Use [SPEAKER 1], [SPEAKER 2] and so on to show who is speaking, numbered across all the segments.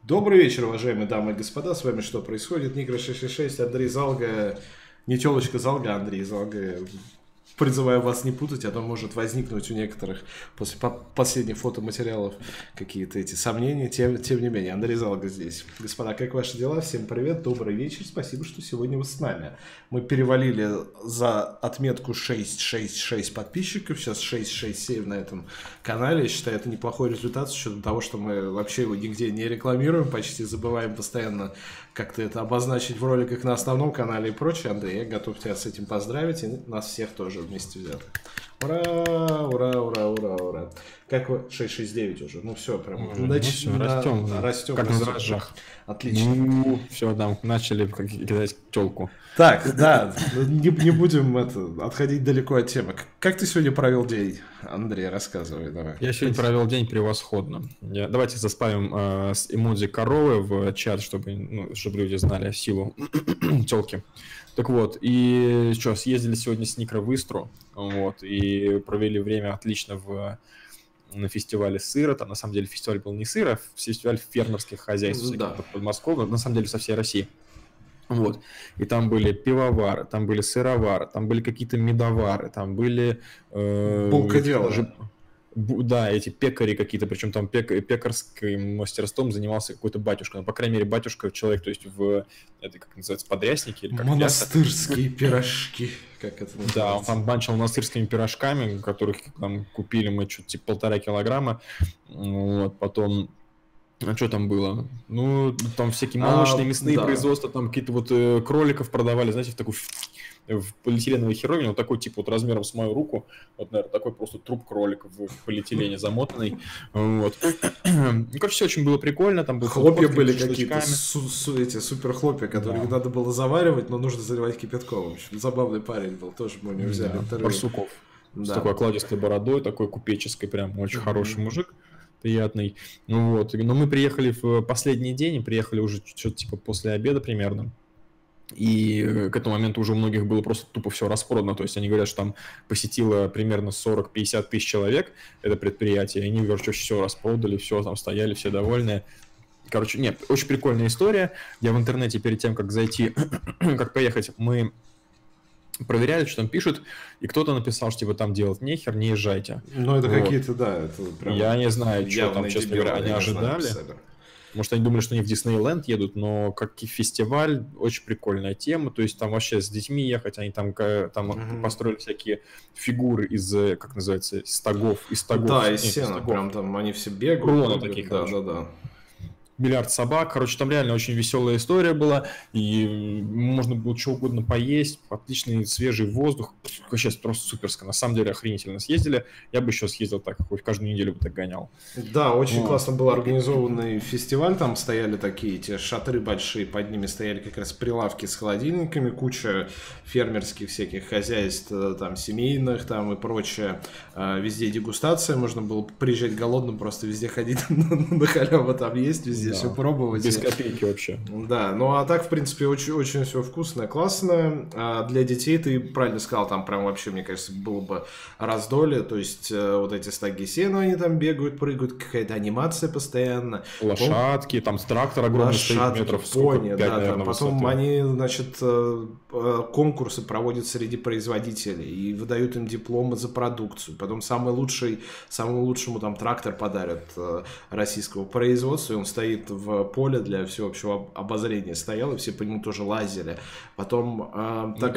[SPEAKER 1] Добрый вечер, уважаемые дамы и господа. С вами что происходит? Нигра 666, Андрей Залга. Не телочка Залга, а Андрей Залга. Призываю вас не путать, а то может возникнуть у некоторых после последних фотоматериалов какие-то эти сомнения. Тем не менее, Андрей Залга здесь. Господа, как ваши дела? Всем привет, добрый вечер. Спасибо, что сегодня вы с нами. Мы перевалили за отметку 666 подписчиков. Сейчас 667 на этом канале. Я считаю, это неплохой результат с учетом того, что мы вообще его нигде не рекламируем. Почти забываем постоянно как-то это обозначить в роликах на основном канале и прочее. Андрей, я готов тебя с этим поздравить и нас всех тоже вместе взяты. Ура, ура, ура, ура, ура. Как вы? 669 уже. Ну все, прям.
[SPEAKER 2] Растем. Как на дрожжах.
[SPEAKER 1] Отлично.
[SPEAKER 2] Все, там начали кидать телку.
[SPEAKER 1] Так, да, не будем отходить далеко от темы. Как ты сегодня провел день, Андрей? Рассказывай, давай.
[SPEAKER 2] Я сегодня провел день превосходно. Давайте заспавим с эмодзи коровы в чат, чтобы люди знали силу телки. Так вот, и что, съездили сегодня с Никро в Истру, вот, и провели время отлично на фестивале сыра. Там, на самом деле, фестиваль был не сыра, а фестиваль фермерских хозяйств всяких Подмосковья, на самом деле, со всей России. Вот. И там были пивовары, там были сыровары, там были какие-то медовары, там были...
[SPEAKER 1] Булкоделы.
[SPEAKER 2] Да, эти пекари какие-то, причем там пекарским мастерством занимался какой-то батюшка. Ну, по крайней мере, батюшка человек, то есть это как называется, подрясники или как
[SPEAKER 1] монастырские пирожки, как это называется.
[SPEAKER 2] Да, он там банчил монастырскими пирожками, которых там купили мы что-то типа 1,5 килограмма. Вот, потом... А что там было? Ну, там всякие молочные, мясные производства, там какие-то вот кроликов продавали, знаете, в полиэтиленовой херовине, вот такой типа вот размером с мою руку, вот, наверное, такой просто труп кролика в полиэтилене замотанный, вот. Короче, все очень было прикольно, там был
[SPEAKER 1] хлопья были какие-то, эти супер хлопья, которые надо было заваривать, но нужно заливать кипятком. В общем, забавный парень был, тоже мы у него взяли интервью.
[SPEAKER 2] Барсуков, с такой окладистой бородой, такой купеческой, прям очень хороший мужик. Приятный. Ну вот. Но мы приехали в последний день, приехали уже что-то типа после обеда примерно. И к этому моменту уже у многих было просто тупо все распродано. То есть они говорят, что там посетило примерно 40-50 тысяч человек это предприятие. И они, короче, все распродали, все там стояли, все довольные. Короче, нет, очень прикольная история. Я в интернете перед тем, как зайти, как поехать, мы проверяли, что там пишут, и кто-то написал, что типа там делать нехер, не езжайте.
[SPEAKER 1] Ну, это вот. Какие-то, да, это прям...
[SPEAKER 2] Я не знаю, что там, честно говоря, они ожидали. Может, они думали, что они в Диснейленд едут, но как фестиваль, очень прикольная тема. То есть там вообще с детьми ехать, они там построили всякие фигуры из, как называется, из стогов.
[SPEAKER 1] Да, из сена, прям там они все бегают.
[SPEAKER 2] Рулоны такие, да. Миллиард собак. Короче, там реально очень веселая история была. И можно было что угодно поесть. Отличный свежий воздух. Вообще просто суперско. На самом деле охренительно съездили. Я бы еще съездил так, хоть каждую неделю бы так гонял.
[SPEAKER 1] Да, очень классно был организованный фестиваль. Там стояли такие эти шатры большие. Под ними стояли как раз прилавки с холодильниками. Куча фермерских всяких хозяйств, там семейных там и прочее. Везде дегустация. Можно было приезжать голодным, просто везде ходить на халяву там есть. Везде все пробовать.
[SPEAKER 2] Без копейки вообще.
[SPEAKER 1] Да, ну а так, в принципе, очень все вкусное, классное. А для детей, ты правильно сказал, там прям вообще, мне кажется, было бы раздолье. То есть вот эти стаги сена, они там бегают, прыгают, какая-то анимация постоянно.
[SPEAKER 2] Лошадки, там трактор огромный стоит метров
[SPEAKER 1] пони, 5, да, наверное, потом высоты. Они, значит, конкурсы проводят среди производителей и выдают им дипломы за продукцию. Потом самому лучшему там трактор подарят российского производства, и он стоит в поле для всеобщего обозрения стоял, и все по нему тоже лазили. Потом, так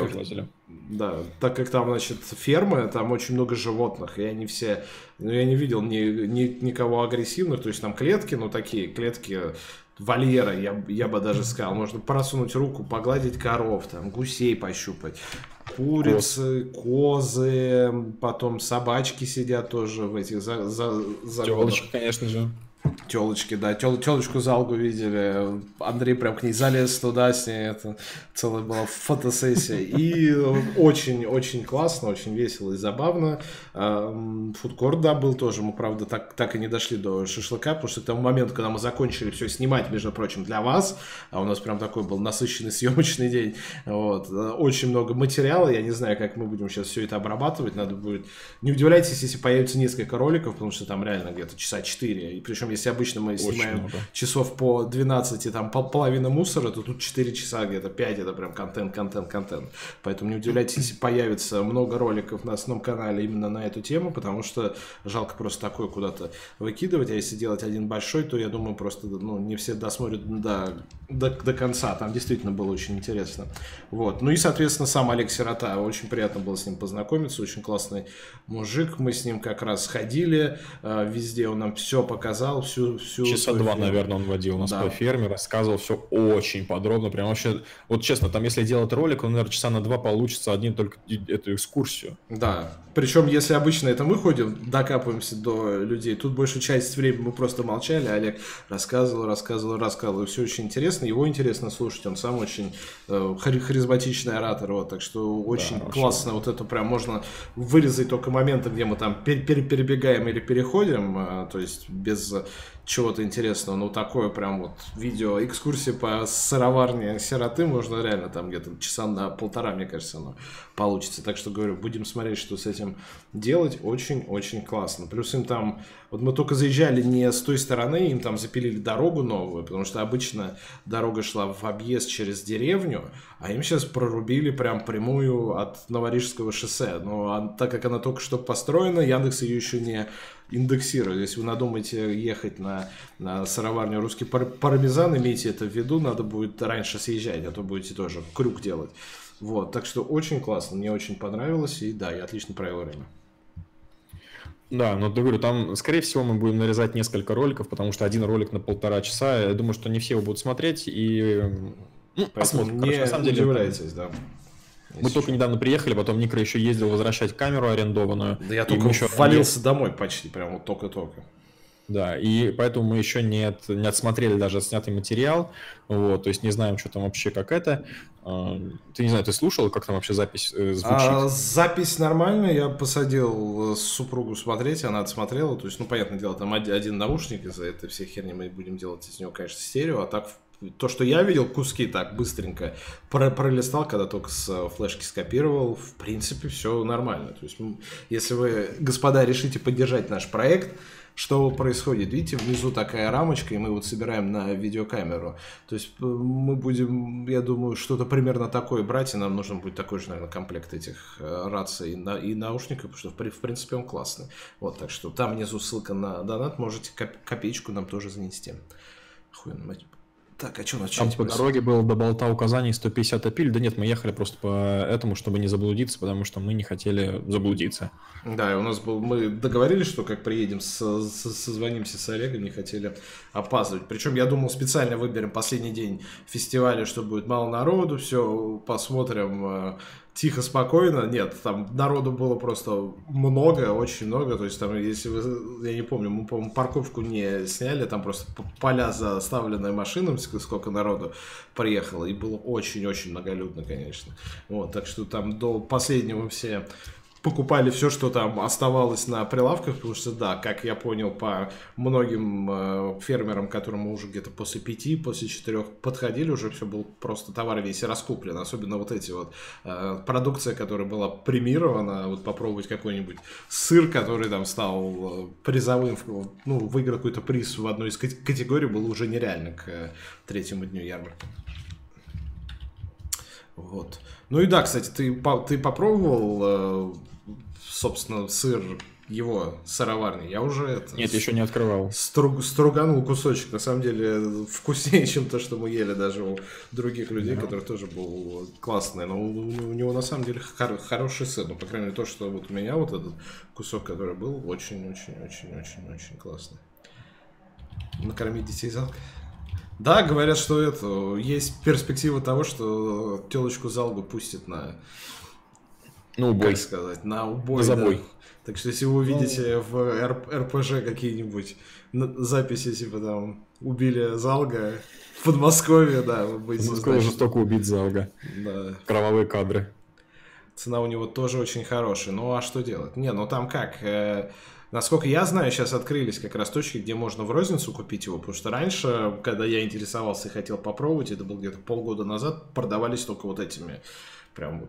[SPEAKER 1] как там, значит, фермы, там очень много животных, и они все, я не видел никого агрессивных, то есть там клетки, такие клетки вольера, я бы даже сказал, можно просунуть руку, погладить коров, там, гусей пощупать. Курицы, козы, потом собачки сидят тоже в этих
[SPEAKER 2] телочки, конечно же.
[SPEAKER 1] Телочки, да, телочку Залгу видели, Андрей прям к ней залез туда, с ней это целая была фотосессия, и очень классно, очень весело и забавно. Фудкорт, да, был тоже, мы, правда, так и не дошли до шашлыка, потому что к тому моменту, когда мы закончили все снимать, между прочим, для вас, а у нас прям такой был насыщенный съемочный день, вот, очень много материала, я не знаю, как мы будем сейчас все это обрабатывать, надо будет, не удивляйтесь, если появится несколько роликов, потому что там реально где-то часа 4, и причем Причем, если обычно мы
[SPEAKER 2] Очень
[SPEAKER 1] снимаем
[SPEAKER 2] много.
[SPEAKER 1] часов по 12 и там половина мусора, то тут 4 часа где-то, 5 это прям контент. Поэтому не удивляйтесь, если появится много роликов на основном канале именно на эту тему, потому что жалко просто такое куда-то выкидывать, а если делать один большой, то я думаю, просто не все досмотрят до конца. Там действительно было очень интересно. Вот. Ну и, соответственно, сам Олег Сирота. Очень приятно было с ним познакомиться. Очень классный мужик. Мы с ним как раз ходили. Везде он нам все показал.
[SPEAKER 2] Часа два, наверное, он водил нас по ферме, рассказывал все очень подробно. Прям вообще, вот честно, там если делать ролик, он, наверное, часа на 2 получится один только эту экскурсию.
[SPEAKER 1] Да. Причем, если обычно это мы ходим, докапываемся до людей, тут большую часть времени мы просто молчали, Олег рассказывал, и все очень интересно, его интересно слушать, он сам очень харизматичный оратор, вот, так что очень классно, вот это прям можно вырезать только моменты, где мы там перебегаем или переходим, то есть без чего-то интересного, но такое прям вот видео, экскурсия по сыроварне Сироты, можно реально там где-то часа на 1,5, мне кажется, оно получится. Так что, говорю, будем смотреть, что с этим делать. Очень-очень классно. Плюс им там, вот мы только заезжали не с той стороны, им там запилили дорогу новую, потому что обычно дорога шла в объезд через деревню, а им сейчас прорубили прям прямую от Новорижского шоссе. Но так как она только что построена, Яндекс ее еще не индексирует. Если вы надумаете ехать на сыроварню «Русский пармезан», имейте это в виду, надо будет раньше съезжать, а то будете тоже крюк делать. Вот, так что очень классно, мне очень понравилось, и да, я отлично провел время.
[SPEAKER 2] Да, но я говорю, там, скорее всего, мы будем нарезать несколько роликов, потому что один ролик на 1,5 часа, я думаю, что не все его будут смотреть, и
[SPEAKER 1] посмотрим. Не удивляйтесь, да.
[SPEAKER 2] Мы только недавно приехали, потом Никра еще ездил возвращать камеру арендованную.
[SPEAKER 1] Да я только валился домой почти, прям вот только-только.
[SPEAKER 2] Да, и поэтому мы еще не отсмотрели даже снятый материал, вот, то есть не знаем, что там вообще, как это. Ты, не знаю, ты слушал, как там вообще запись звучит?
[SPEAKER 1] Запись нормальная, я посадил супругу смотреть, она отсмотрела, то есть, понятное дело, там один наушник, из-за этой всей херни мы будем делать из него, конечно, стерео, а так то, что я видел, куски так быстренько пролистал, когда только с флешки скопировал, в принципе, все нормально. То есть, если вы, господа, решите поддержать наш проект, что происходит? Видите, внизу такая рамочка, и мы вот собираем на видеокамеру. То есть мы будем, я думаю, что-то примерно такое брать, и нам нужен будет такой же, наверное, комплект этих раций и наушников, потому что, в принципе, он классный. Вот, так что там внизу ссылка на донат, можете копеечку нам тоже занести. Охуенно, мать. Так, а что у нас
[SPEAKER 2] там по дороге было до болта указаний 150 апиль. Да нет, мы ехали просто по этому, чтобы не заблудиться, потому что мы не хотели заблудиться.
[SPEAKER 1] Да, и у нас был, мы договорились, что как приедем, созвонимся с Олегом, не хотели опаздывать. Причем я думал, специально выберем последний день фестиваля, что будет мало народу, все, посмотрим тихо, спокойно. Нет, там народу было просто много, очень много. То есть там, если вы, я не помню, мы, по-моему, парковку не сняли, там просто поля заставленные машинами, сколько народу приехало, и было очень-очень многолюдно, конечно. Вот, так что там до последнего все покупали все, что там оставалось на прилавках, потому что, да, как я понял по многим фермерам, которым мы уже где-то после 5, после 4 подходили, уже все был просто товар весь раскуплен, особенно вот эти вот продукция, которая была премирована, вот попробовать какой-нибудь сыр, который там стал призовым, выиграл какой-то приз в одной из категорий, было уже нереально к 3-му дню ярмарки. Вот. Ну и да, кстати, ты попробовал, собственно, сыр его сыроварни? Я уже это...
[SPEAKER 2] Нет, еще не открывал.
[SPEAKER 1] Струганул кусочек. На самом деле вкуснее, чем то, что мы ели даже у других людей, который тоже был классный. Но у него на самом деле хороший сыр. Ну, по крайней мере, то, что вот у меня вот этот кусок, который был, очень-очень-очень-очень-очень классный. Накормить детей жалко. Да, говорят, что это есть перспектива того, что телочку Залгу пустят на
[SPEAKER 2] убой.
[SPEAKER 1] Как сказать, на убой.
[SPEAKER 2] На забой.
[SPEAKER 1] Да. Так что если вы увидите в РПЖ какие-нибудь записи, типа там убили Залга в Подмосковье, да, вы будете знать.
[SPEAKER 2] Подмосковье жестоко убить Залга.
[SPEAKER 1] Да.
[SPEAKER 2] Кровавые кадры.
[SPEAKER 1] Цена у него тоже очень хорошая. Ну а что делать? Не, ну там как... Насколько я знаю, сейчас открылись как раз точки, где можно в розницу купить его, потому что раньше, когда я интересовался и хотел попробовать, это было где-то полгода назад, продавались только вот этими прям вот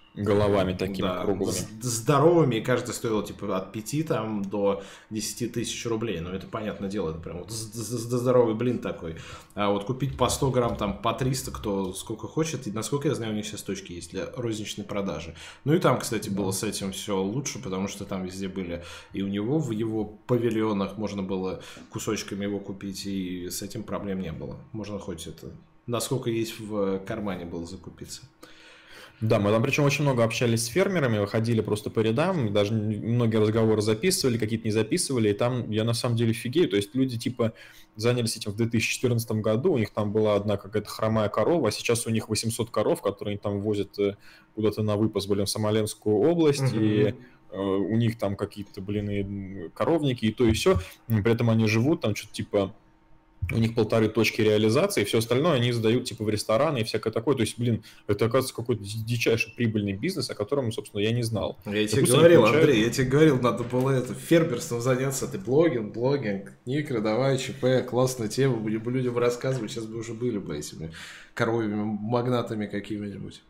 [SPEAKER 2] головами такими
[SPEAKER 1] Да,
[SPEAKER 2] круглыми.
[SPEAKER 1] здоровыми, и каждый стоил типа от 5 там, до 10 тысяч рублей. Ну, это понятное дело, это прям вот здоровый блин такой. А вот купить по 100 грамм, там, по 300, кто сколько хочет. И, насколько я знаю, у них сейчас точки есть для розничной продажи. Ну, и там, кстати, было с этим все лучше, потому что там везде были. И у него в его павильонах можно было кусочками его купить, и с этим проблем не было. Можно хоть это, насколько есть в кармане было закупиться.
[SPEAKER 2] Да, мы там причем очень много общались с фермерами, выходили просто по рядам, даже многие разговоры записывали, какие-то не записывали, и там я на самом деле фигею, то есть люди типа занялись этим в 2014 году, у них там была одна какая-то хромая корова, а сейчас у них 800 коров, которые они там возят куда-то на выпас, в Самоленскую область, и у них там какие-то, и коровники, и то, и все, при этом они живут там что-то типа... У них 1,5 точки реализации, и все остальное они сдают типа в рестораны и всякое такое. То есть, это оказывается какой-то дичайший прибыльный бизнес, о котором, собственно, я не знал.
[SPEAKER 1] Я тебе говорил, Андрей, я тебе говорил, надо было это фермерством заняться. Ты блогинг, Никра, давай, ЧП, классная тема, будем людям рассказывать, сейчас бы уже были бы этими коровьими магнатами какими-нибудь.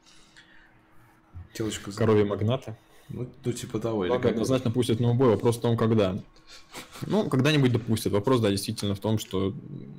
[SPEAKER 2] Коровьи магнаты?
[SPEAKER 1] Ну, типа того.
[SPEAKER 2] Или однозначно пустят на убой, вопрос в том, когда. Ну, когда-нибудь допустят. Вопрос, да, действительно в том, что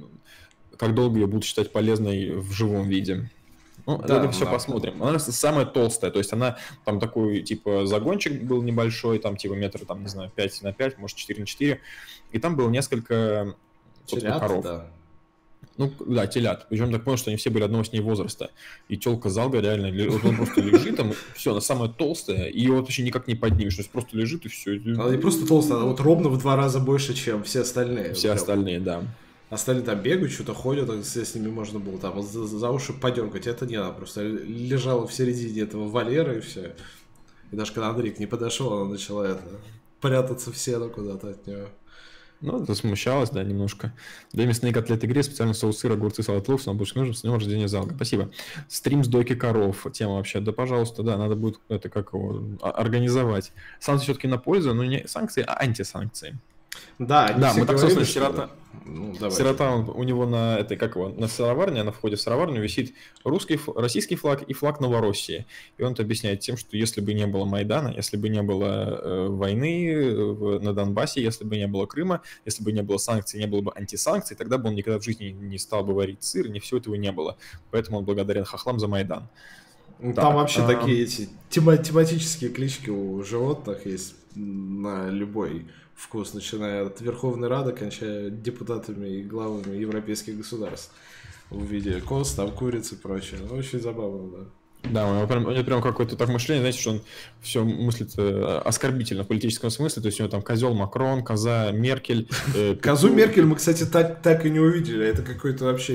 [SPEAKER 2] как долго ее будут считать полезной в живом виде. Ну, да, это все посмотрим. Она самая толстая, то есть она там такой, типа, загончик был небольшой, там, типа, метр, там, не знаю, 5 на 5, может, 4 на 4, и там было несколько коров.
[SPEAKER 1] Да.
[SPEAKER 2] Ну, да, телят. Причем так понял, что они все были одного с ней возраста. И телка Залга реально, вот он просто лежит там, все, она самая толстая, и ее вот вообще никак не поднимешь, то есть просто лежит и все.
[SPEAKER 1] Она не просто толстая, она вот ровно в 2 раза больше, чем все остальные.
[SPEAKER 2] Все остальные, да.
[SPEAKER 1] Остальные там бегают, что-то ходят, с ними можно было там за уши подергать. Это не, она просто лежала в середине этого вольера и все. И даже когда Андрей к ней подошел, она начала прятаться в сено куда-то от нее.
[SPEAKER 2] Ну, это смущалось, да, немножко. Для мясные котлеты гриль, специальный соус сыр, огурцы, салат лук, нам больше нужно, с днем рождения Залга. Спасибо. Стрим с дойки коров. Тема вообще, да, пожалуйста, да, надо будет это как его организовать. Санкции все-таки на пользу, но не санкции, а антисанкции.
[SPEAKER 1] Да, они
[SPEAKER 2] да,
[SPEAKER 1] все
[SPEAKER 2] мы так,
[SPEAKER 1] говорили,
[SPEAKER 2] собственно, сирота.
[SPEAKER 1] Ну,
[SPEAKER 2] сирота, у него на этой, как его, на сыроварне, на входе в сыроварню висит российский флаг и флаг Новороссии. И он это объясняет тем, что если бы не было Майдана, если бы не было войны на Донбассе, если бы не было Крыма, если бы не было санкций, не было бы антисанкций, тогда бы он никогда в жизни не стал бы варить сыр, ни всего этого не было. Поэтому он благодарен хохлам за Майдан.
[SPEAKER 1] Там так, вообще такие эти тематические клички у животных есть на любой вкус, начиная от Верховной Рады, кончая депутатами и главами европейских государств в виде коз, там курицы и прочее. Очень забавно, да.
[SPEAKER 2] Да, у него прям какое-то так мышление, знаете, что он все мыслит оскорбительно в политическом смысле, то есть у него там козел Макрон, коза Меркель.
[SPEAKER 1] Козу Меркель мы, кстати, так и не увидели, это какое-то вообще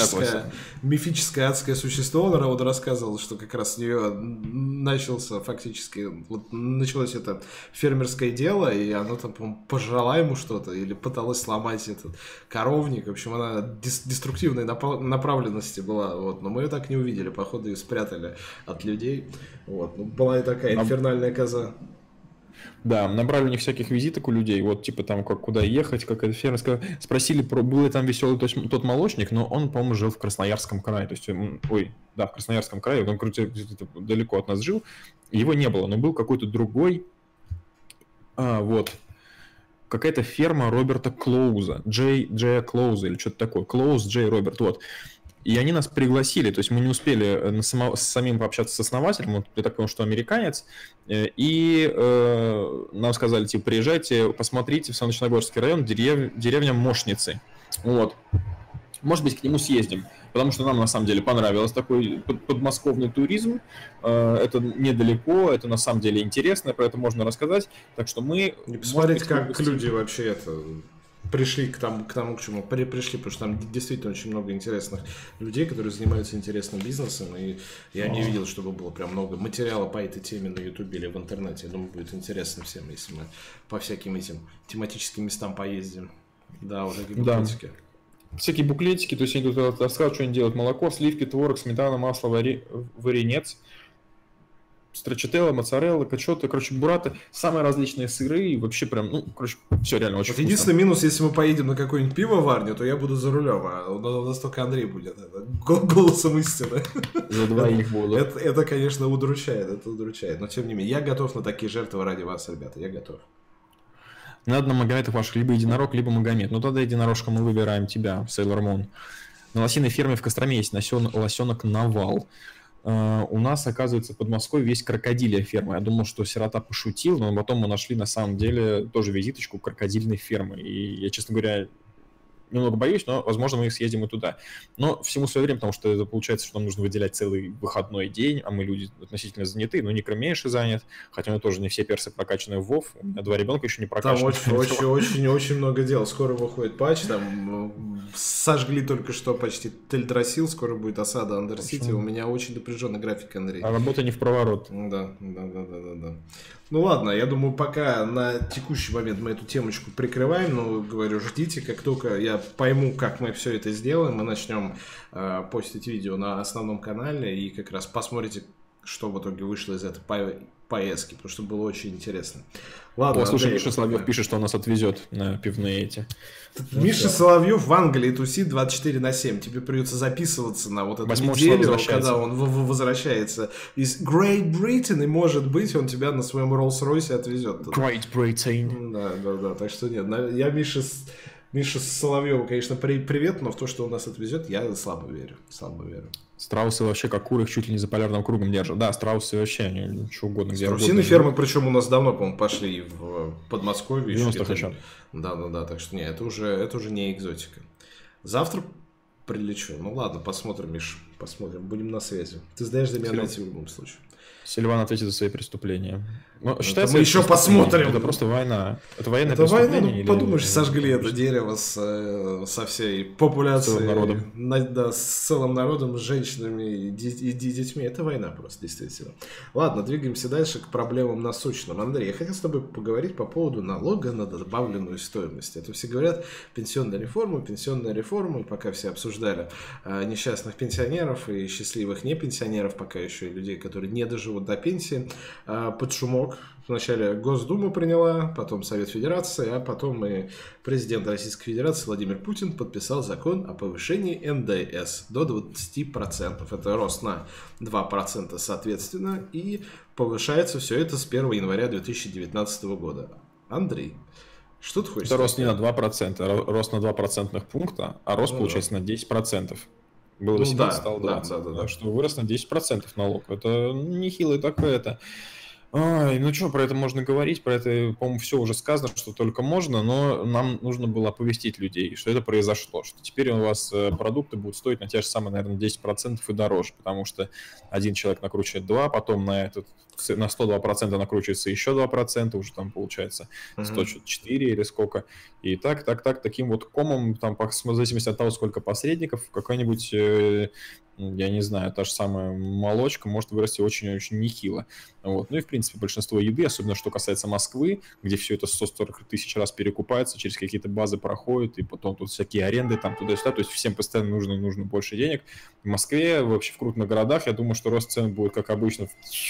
[SPEAKER 1] мифическое адское существо, он рассказывал, что как раз с нее начался фактически, вот началось это фермерское дело, и она там, по-моему, пожрала ему что-то, или пыталась сломать этот коровник, в общем, она деструктивной направленности была, вот, но мы ее так не увидели, походу ее спрятали от людей. Вот. Ну, была и такая инфернальная коза.
[SPEAKER 2] Да, набрали у них всяких визиток у людей, вот типа там как куда ехать, как это ферма. Спросили, был ли там веселый тот молочник, но он, по-моему, жил в Красноярском крае. То есть, в Красноярском крае, он где-то далеко от нас жил, его не было, но был какой-то другой, вот, какая-то ферма Роберта Клоуза, Джея Клоуза или что-то такое, Клоуз, Джей Роберт, вот. И они нас пригласили, то есть мы не успели с самим пообщаться с основателем, я так понял, что американец, и нам сказали, типа, приезжайте, посмотрите в Солнечногорский район, деревня Мошницы, вот. Может быть, к нему съездим, потому что нам на самом деле понравилось такой подмосковный туризм, это недалеко, это на самом деле интересно, про это можно рассказать, так что мы...
[SPEAKER 1] И посмотреть, как люди вообще это... Пришли к тому, к чему пришли, потому что там действительно очень много интересных людей, которые занимаются интересным бизнесом, и я не видел, чтобы было прям много материала по этой теме на Ютубе или в интернете. Я думаю, будет интересно всем, если мы по всяким этим тематическим местам поездим. Да, уже буклетики.
[SPEAKER 2] Да. Всякие буклетики, то есть они тут рассказывают, что они делают: молоко, сливки, творог, сметана, масло, варенец. Страчателла, моцарелла, качоты, короче, буррата, самые различные сыры, и вообще прям, ну, короче, все реально очень
[SPEAKER 1] Вот
[SPEAKER 2] вкусно.
[SPEAKER 1] единственный минус, если мы поедем на какую-нибудь пивоварню, то я буду за рулем, а у нас только Андрей будет голосом истины.
[SPEAKER 2] За двоих буду.
[SPEAKER 1] Это, конечно, удручает, но тем не менее, я готов на такие жертвы ради вас, ребята, я готов.
[SPEAKER 2] Надо на Магометах ваших либо единорог, либо Магомед. Ну тогда единорожка мы выбираем тебя, Sailor Moon. На лосиной ферме в Костроме есть лосенок Навал. У нас, оказывается, в Подмосковье есть крокодилья ферма. Я думал, что сирота пошутил, но потом мы нашли на самом деле тоже визиточку крокодильной фермы. И я, честно говоря, немного боюсь, но, возможно, мы съездим и туда. Но всему свое время, потому что это получается, что нам нужно выделять целый выходной день, а мы люди относительно заняты, но Никро меньше занят, хотя мы тоже не все персы прокачаны в WoW, у меня 2 ребенка еще не прокачаны.
[SPEAKER 1] Там очень много дел, скоро выходит патч, там сожгли только что почти Тельдрасил, скоро будет осада Андерсити, у меня очень напряженный график, Андрей.
[SPEAKER 2] А работа не в проворот.
[SPEAKER 1] Да. Ну ладно, я думаю, пока на текущий момент мы эту темочку прикрываем, но говорю, ждите, как только я пойму, как мы все это сделаем, мы начнем постить видео на основном канале и как раз посмотрите, что в итоге вышло из этой поездки, потому что было очень интересно. Ладно,
[SPEAKER 2] О, слушай,
[SPEAKER 1] Андрей,
[SPEAKER 2] Миша Соловьев пишет, что он нас отвезет на пивные эти.
[SPEAKER 1] Миша Соловьев в Англии тусит 24/7. Тебе придется записываться на вот эту
[SPEAKER 2] 8
[SPEAKER 1] неделю, когда он возвращается из Great Britain, и, может быть, он тебя на своем Rolls-Royce отвезет.
[SPEAKER 2] Great Britain.
[SPEAKER 1] Да. Так что нет, я Миша Соловьеву, конечно, привет, но в то, что он нас отвезет, я слабо верю.
[SPEAKER 2] Страусы вообще как куры их чуть ли не за полярным кругом держат. Да, страусы вообще, они что угодно.
[SPEAKER 1] Страусиные фермы, причем у нас давно, по-моему, пошли в Подмосковье.
[SPEAKER 2] 90 хочу.
[SPEAKER 1] Да, так что нет, это уже не экзотика. Завтра прилечу. Ну ладно, посмотрим, Миш, будем на связи. Ты знаешь, за меня найти в любом случае.
[SPEAKER 2] Сильван ответит за свои преступления. Но,
[SPEAKER 1] мы еще посмотрим.
[SPEAKER 2] Это просто война. Это военное
[SPEAKER 1] это
[SPEAKER 2] преступление?
[SPEAKER 1] Война, подумаешь, сожгли это дерево со всей популяцией.
[SPEAKER 2] С целым народом.
[SPEAKER 1] Да, с целым народом, с женщинами и детьми. Это война просто, действительно. Ладно, двигаемся дальше к проблемам насущным. Андрей, я хотел с тобой поговорить по поводу налога на добавленную стоимость. Это все говорят, пенсионная реформа, и пока все обсуждали несчастных пенсионеров и счастливых непенсионеров, пока еще и людей, которые не доживут до пенсии, под шумок. Вначале Госдума приняла, потом Совет Федерации, а потом и президент Российской Федерации Владимир Путин подписал закон о повышении НДС до 20%. Это рост на 2% соответственно, и повышается все это с 1 января 2019 года. Андрей, что ты хочешь
[SPEAKER 2] сказать? Это рост не на 2%, а рост на 2 процентных пункта, а рост получается на 10%. Было 18, стало 20. Да. Что вырос на 10% налог. Это нехилый такой это. Ой, ну что, про это можно говорить, про это, по-моему, все уже сказано, что только можно, но нам нужно было оповестить людей, что это произошло, что теперь у вас продукты будут стоить на те же самые, наверное, 10% и дороже, потому что один человек накручивает 2, потом на 102% накручивается еще 2%, уже там получается 104 или сколько, и таким вот комом, там, в зависимости от того, сколько посредников, какой-нибудь, я не знаю, та же самая молочка может вырасти очень-очень нехило. Вот. Ну и, в принципе, большинство еды, особенно что касается Москвы, где все это 140 тысяч раз перекупается, через какие-то базы проходит, и потом тут всякие аренды там туда-сюда, то есть всем постоянно нужно больше денег. В Москве, вообще в крупных городах, я думаю, что рост цен будет, как обычно,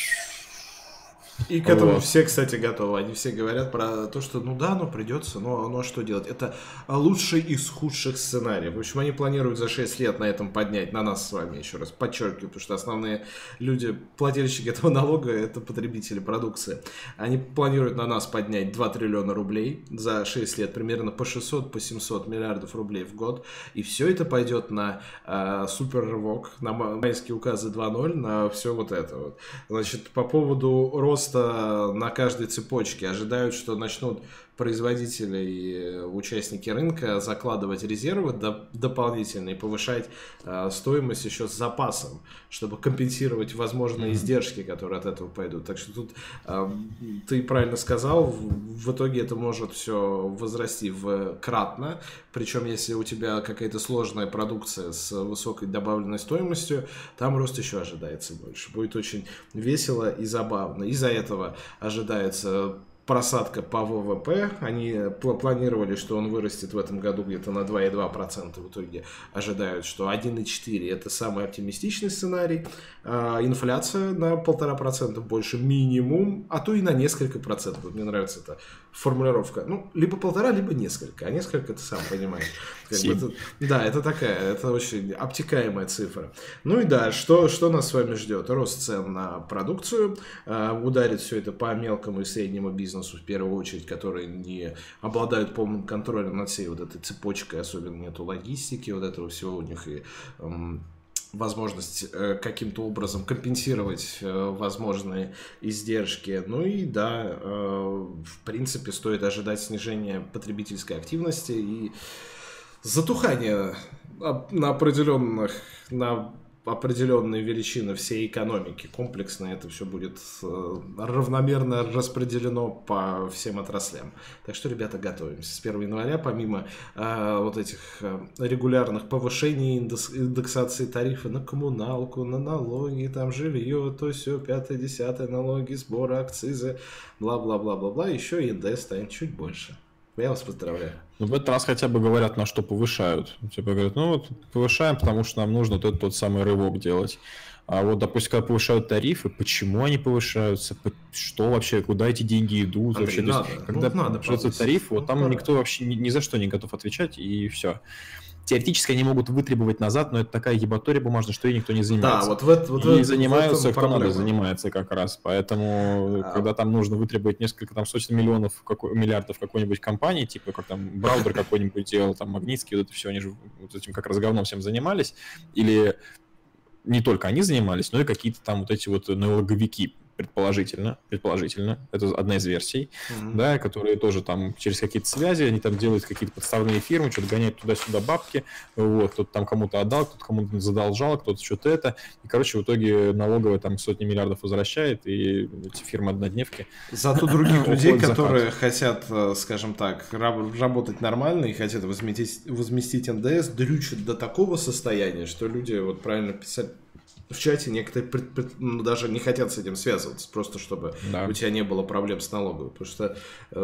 [SPEAKER 1] и к этому все, кстати, готовы. Они все говорят про то, что придется, но что делать? Это лучший из худших сценариев. В общем, они планируют за 6 лет на этом поднять, на нас с вами, еще раз подчеркиваю, потому что основные люди, плательщики этого налога, это потребители продукции. Они планируют на нас поднять 2 триллиона рублей за 6 лет, примерно по 600, по 700 миллиардов рублей в год. И все это пойдет на супер рывок, на майские указы 2.0, на все вот это вот. Значит, по поводу роста на каждой цепочке ожидают, что начнут производители и участники рынка закладывать резервы дополнительные, повышать стоимость еще с запасом, чтобы компенсировать возможные издержки, которые от этого пойдут. Так что тут ты правильно сказал, в итоге это может все возрасти кратно, причем если у тебя какая-то сложная продукция с высокой добавленной стоимостью, там рост еще ожидается больше. Будет очень весело и забавно. Из-за этого ожидается просадка по ВВП. Они планировали, что он вырастет в этом году где-то на 2,2%. В итоге ожидают, что 1,4% это самый оптимистичный сценарий. Инфляция на 1,5% больше минимум, а то и на несколько процентов. Мне нравится эта формулировка. Ну, либо 1,5, либо несколько. А несколько ты сам понимаешь. Да, это такая, это очень обтекаемая цифра. Ну и да, что нас с вами ждет? Рост цен на продукцию. Ударит все это по мелкому и среднему бизнесу, в первую очередь, которые не обладают полным контролем над всей вот этой цепочкой, особенно нету логистики, вот этого всего у них и возможность каким-то образом компенсировать возможные издержки. Ну и да, в принципе, стоит ожидать снижения потребительской активности и затухания на определенные величины всей экономики. Комплексно это все будет равномерно распределено по всем отраслям. Так что, ребята, готовимся. С 1 января, помимо вот этих регулярных повышений индексации тарифа на коммуналку, на налоги, там жилье, то все, 5-10 налоги, сборы, акцизы, бла-бла-бла-бла-бла, еще и НДС станет чуть больше. Я вас поздравляю.
[SPEAKER 2] Ну, в этот раз хотя бы говорят, на что повышают. Типа говорят, ну вот повышаем, потому что нам нужно тот самый рывок делать. А вот, допустим, когда повышают тарифы, почему они повышаются, что вообще, куда эти деньги идут?
[SPEAKER 1] Андрей,
[SPEAKER 2] вообще?
[SPEAKER 1] Надо,
[SPEAKER 2] есть, когда повышаются тарифы, вот там никто вообще ни за что не готов отвечать, и все. Теоретически они могут вытребовать назад, но это такая ебатория бумажная, что ей никто не занимается.
[SPEAKER 1] Да,
[SPEAKER 2] и занимаются, кто надо, занимается как раз. Поэтому, когда там нужно вытребовать несколько там сотен миллиардов какой-нибудь компании, типа как там Браузер какой-нибудь делал, там Магнитский, вот это все, они же вот этим как раз говном всем занимались. Или не только они занимались, но и какие-то там вот эти вот налоговики, предположительно, это одна из версий, да, которые тоже там через какие-то связи, они там делают какие-то подставные фирмы, что-то гоняют туда-сюда бабки, вот, кто-то там кому-то отдал, кто-то кому-то задолжал, кто-то что-то это, и, короче, в итоге налоговая там сотни миллиардов возвращает, и эти фирмы-однодневки...
[SPEAKER 1] Зато других людей, которые хотят, скажем так, работать нормально и хотят возместить НДС, дрючат до такого состояния, что люди, вот правильно писали в чате, некоторые даже не хотят с этим связываться, просто чтобы у тебя не было проблем с налоговой. Потому что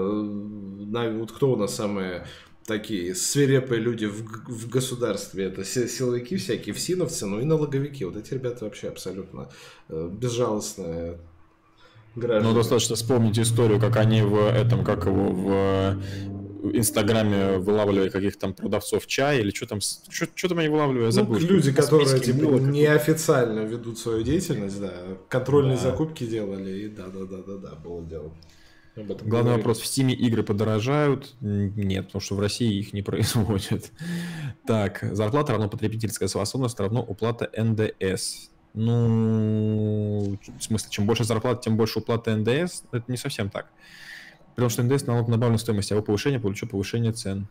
[SPEAKER 1] вот кто у нас самые такие свирепые люди в государстве? Это силовики всякие, всиновцы, ну и налоговики. Вот эти ребята вообще абсолютно безжалостные граждане.
[SPEAKER 2] Ну, достаточно вспомнить историю, как они в Инстаграме вылавливали каких-то там продавцов чая или что там они вылавливали, я забыл.
[SPEAKER 1] Люди, которые типа неофициально ведут свою деятельность, да, контрольные закупки делали, и да, было дело.
[SPEAKER 2] Главный вопрос, в Steam игры подорожают? Нет, потому что в России их не производят. Так, зарплата равно потребительская способность равно уплата НДС. Ну, в смысле, чем больше зарплата, тем больше уплата НДС? Это не совсем так. Потому что НДС налог на добавленную стоимость, а его повышение получу повышение цен.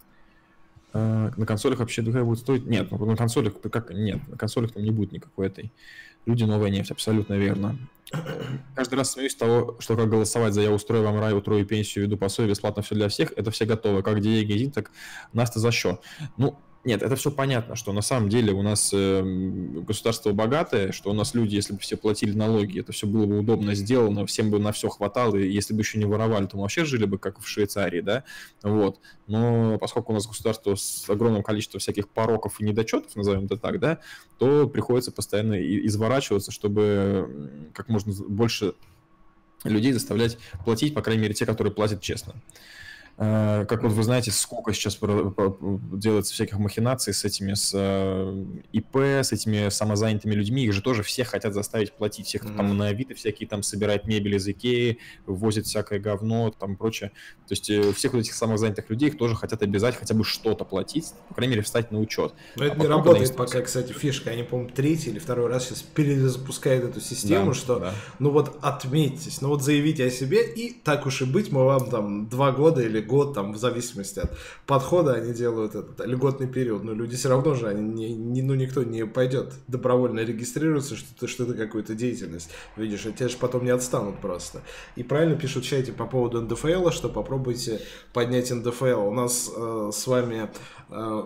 [SPEAKER 2] На консолях вообще дорого будет стоить? Нет, на консолях нет, на консолях там не будет никакой этой. Люди новая нефть, абсолютно верно. Каждый раз смеюсь с того, что как голосовать за «Я устрою вам рай, утрою пенсию, веду пособие, бесплатно все для всех», это все готово. Как Диего, так Настя за что? Ну, нет, это все понятно, что на самом деле у нас государство богатое, что у нас люди, если бы все платили налоги, это все было бы удобно сделано, всем бы на все хватало, и если бы еще не воровали, то мы вообще жили бы как в Швейцарии, да, вот. Но поскольку у нас государство с огромным количеством всяких пороков и недочетов, назовем это так, да, то приходится постоянно изворачиваться, чтобы как можно больше людей заставлять платить, по крайней мере, те, которые платят честно. Как вот вы знаете, сколько сейчас делается всяких махинаций с этими, с ИП, с этими самозанятыми людьми, их же тоже все хотят заставить платить, всех, кто там на Авито всякие там собирает мебель из Икеи, возит всякое говно, там прочее, то есть всех вот этих самозанятых людей их тоже хотят обязать хотя бы что-то платить, по крайней мере встать на учет.
[SPEAKER 1] Но это не работает пока, кстати, фишка, они, по-моему, третий или второй раз сейчас перезапускают эту систему, да, что, ну вот отметьтесь, ну вот заявите о себе, и так уж и быть, мы вам там 2 года или год, там, в зависимости от подхода, они делают этот льготный период, но люди все равно же, никто не пойдет добровольно регистрироваться, что это какую-то деятельность, видишь, а те же потом не отстанут просто. И правильно пишут в чате по поводу НДФЛ, что попробуйте поднять НДФЛ. У нас с вами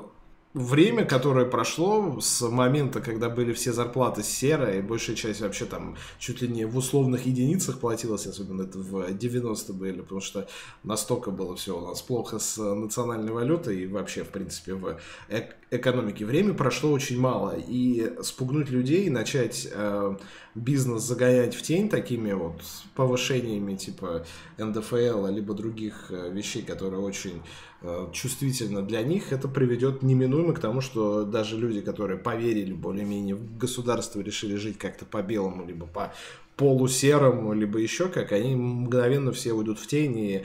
[SPEAKER 1] время, которое прошло с момента, когда были все зарплаты серые, и большая часть вообще там чуть ли не в условных единицах платилась, особенно это в 90-е были, потому что настолько было все у нас плохо с национальной валютой и вообще, в принципе, в экономике. Время прошло очень мало, и спугнуть людей, начать бизнес загонять в тень такими вот повышениями типа НДФЛ, либо других вещей, которые очень чувствительно для них, это приведет неминуемо к тому, что даже люди, которые поверили более-менее в государство, решили жить как-то по-белому, либо по полусерому, либо еще как, они мгновенно все уйдут в тень, и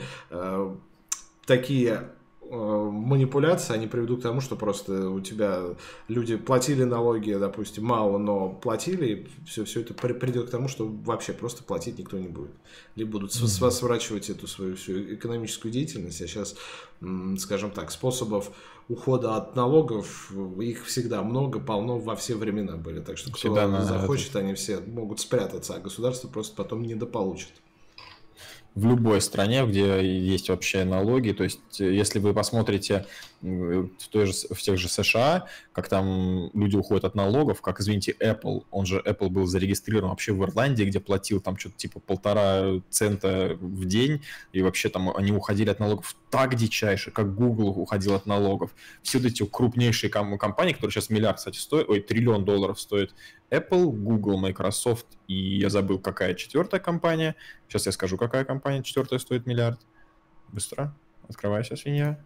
[SPEAKER 1] такие манипуляции, они приведут к тому, что просто у тебя люди платили налоги, допустим, мало, но платили, и все это придет к тому, что вообще просто платить никто не будет. Либо будут сворачивать эту свою всю экономическую деятельность, а сейчас, скажем так, способов ухода от налогов, их всегда много, полно, во все времена были. Так что кто захочет, они все могут спрятаться, а государство просто потом недополучит.
[SPEAKER 2] В любой стране, где есть вообще налоги, то есть если вы посмотрите в тех же США, как там люди уходят от налогов, как, извините, Apple, он же Apple был зарегистрирован вообще в Ирландии, где платил там что-то типа 1,5 цента в день, и вообще там они уходили от налогов так дичайше, как Google уходил от налогов. Все вот эти крупнейшие компании, которые сейчас миллиард, кстати, стоят, $1 триллион стоит, Apple, Google, Microsoft и я забыл, какая четвертая компания. Сейчас я скажу, какая компания четвертая стоит миллиард. Быстро. Открывайся, свинья.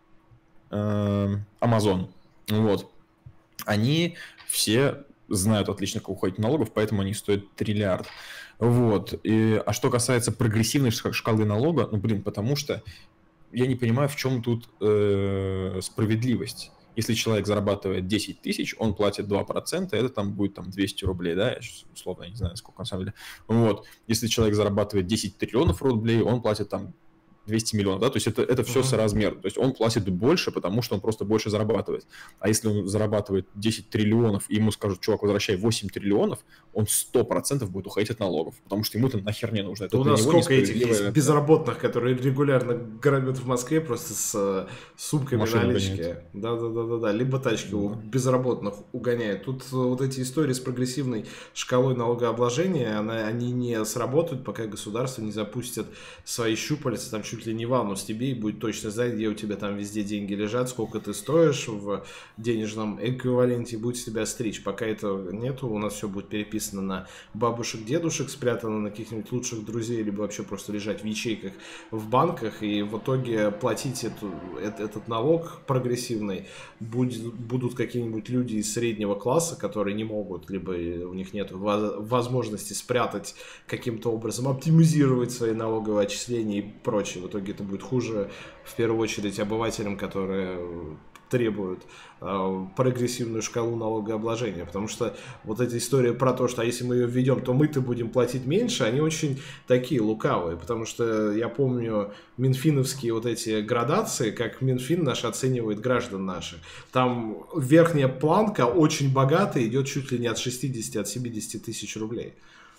[SPEAKER 2] Amazon. Вот. Они все знают отлично, как уходить налогов, поэтому они стоят триллиард. Вот. А что касается прогрессивной шкалы налога, потому что я не понимаю, в чем тут справедливость. Если человек зарабатывает 10 тысяч, он платит 2%, это там будет там 200 рублей, да, я сейчас условно не знаю, сколько на самом деле. Вот. Если человек зарабатывает 10 триллионов рублей, он платит там 200 миллионов, да, то есть это все соразмерно, то есть он платит больше, потому что он просто больше зарабатывает. А если он зарабатывает 10 триллионов, и ему скажут, чувак, возвращай 8 триллионов, он 100% будет уходить от налогов, потому что ему это нахер не нужно. Это
[SPEAKER 1] у нас сколько этих есть безработных, которые регулярно грабят в Москве просто с сумками налички. Да, либо тачки у безработных угоняют. Тут вот эти истории с прогрессивной шкалой налогообложения, они не сработают, пока государство не запустит свои щупальца, там чуть ли не ванну с тебе и будет точно знать, где у тебя там везде деньги лежат, сколько ты стоишь в денежном эквиваленте, и будет с тебя стричь. Пока этого нету, у нас все будет переписано на бабушек, дедушек, спрятано на каких-нибудь лучших друзей, либо вообще просто лежать в ячейках в банках, и в итоге платить этот налог прогрессивный будут какие-нибудь люди из среднего класса, которые не могут, либо у них нет возможности спрятать каким-то образом, оптимизировать свои налоговые отчисления и прочее. В итоге это будет хуже, в первую очередь, обывателям, которые требуют прогрессивную шкалу налогообложения, потому что вот эта история про то, что если мы ее введем, то мы-то будем платить меньше, они очень такие лукавые, потому что я помню минфиновские вот эти градации, как Минфин наш оценивает граждан наших. Там верхняя планка очень богатая, идет чуть ли не от 60, от 70 тысяч рублей.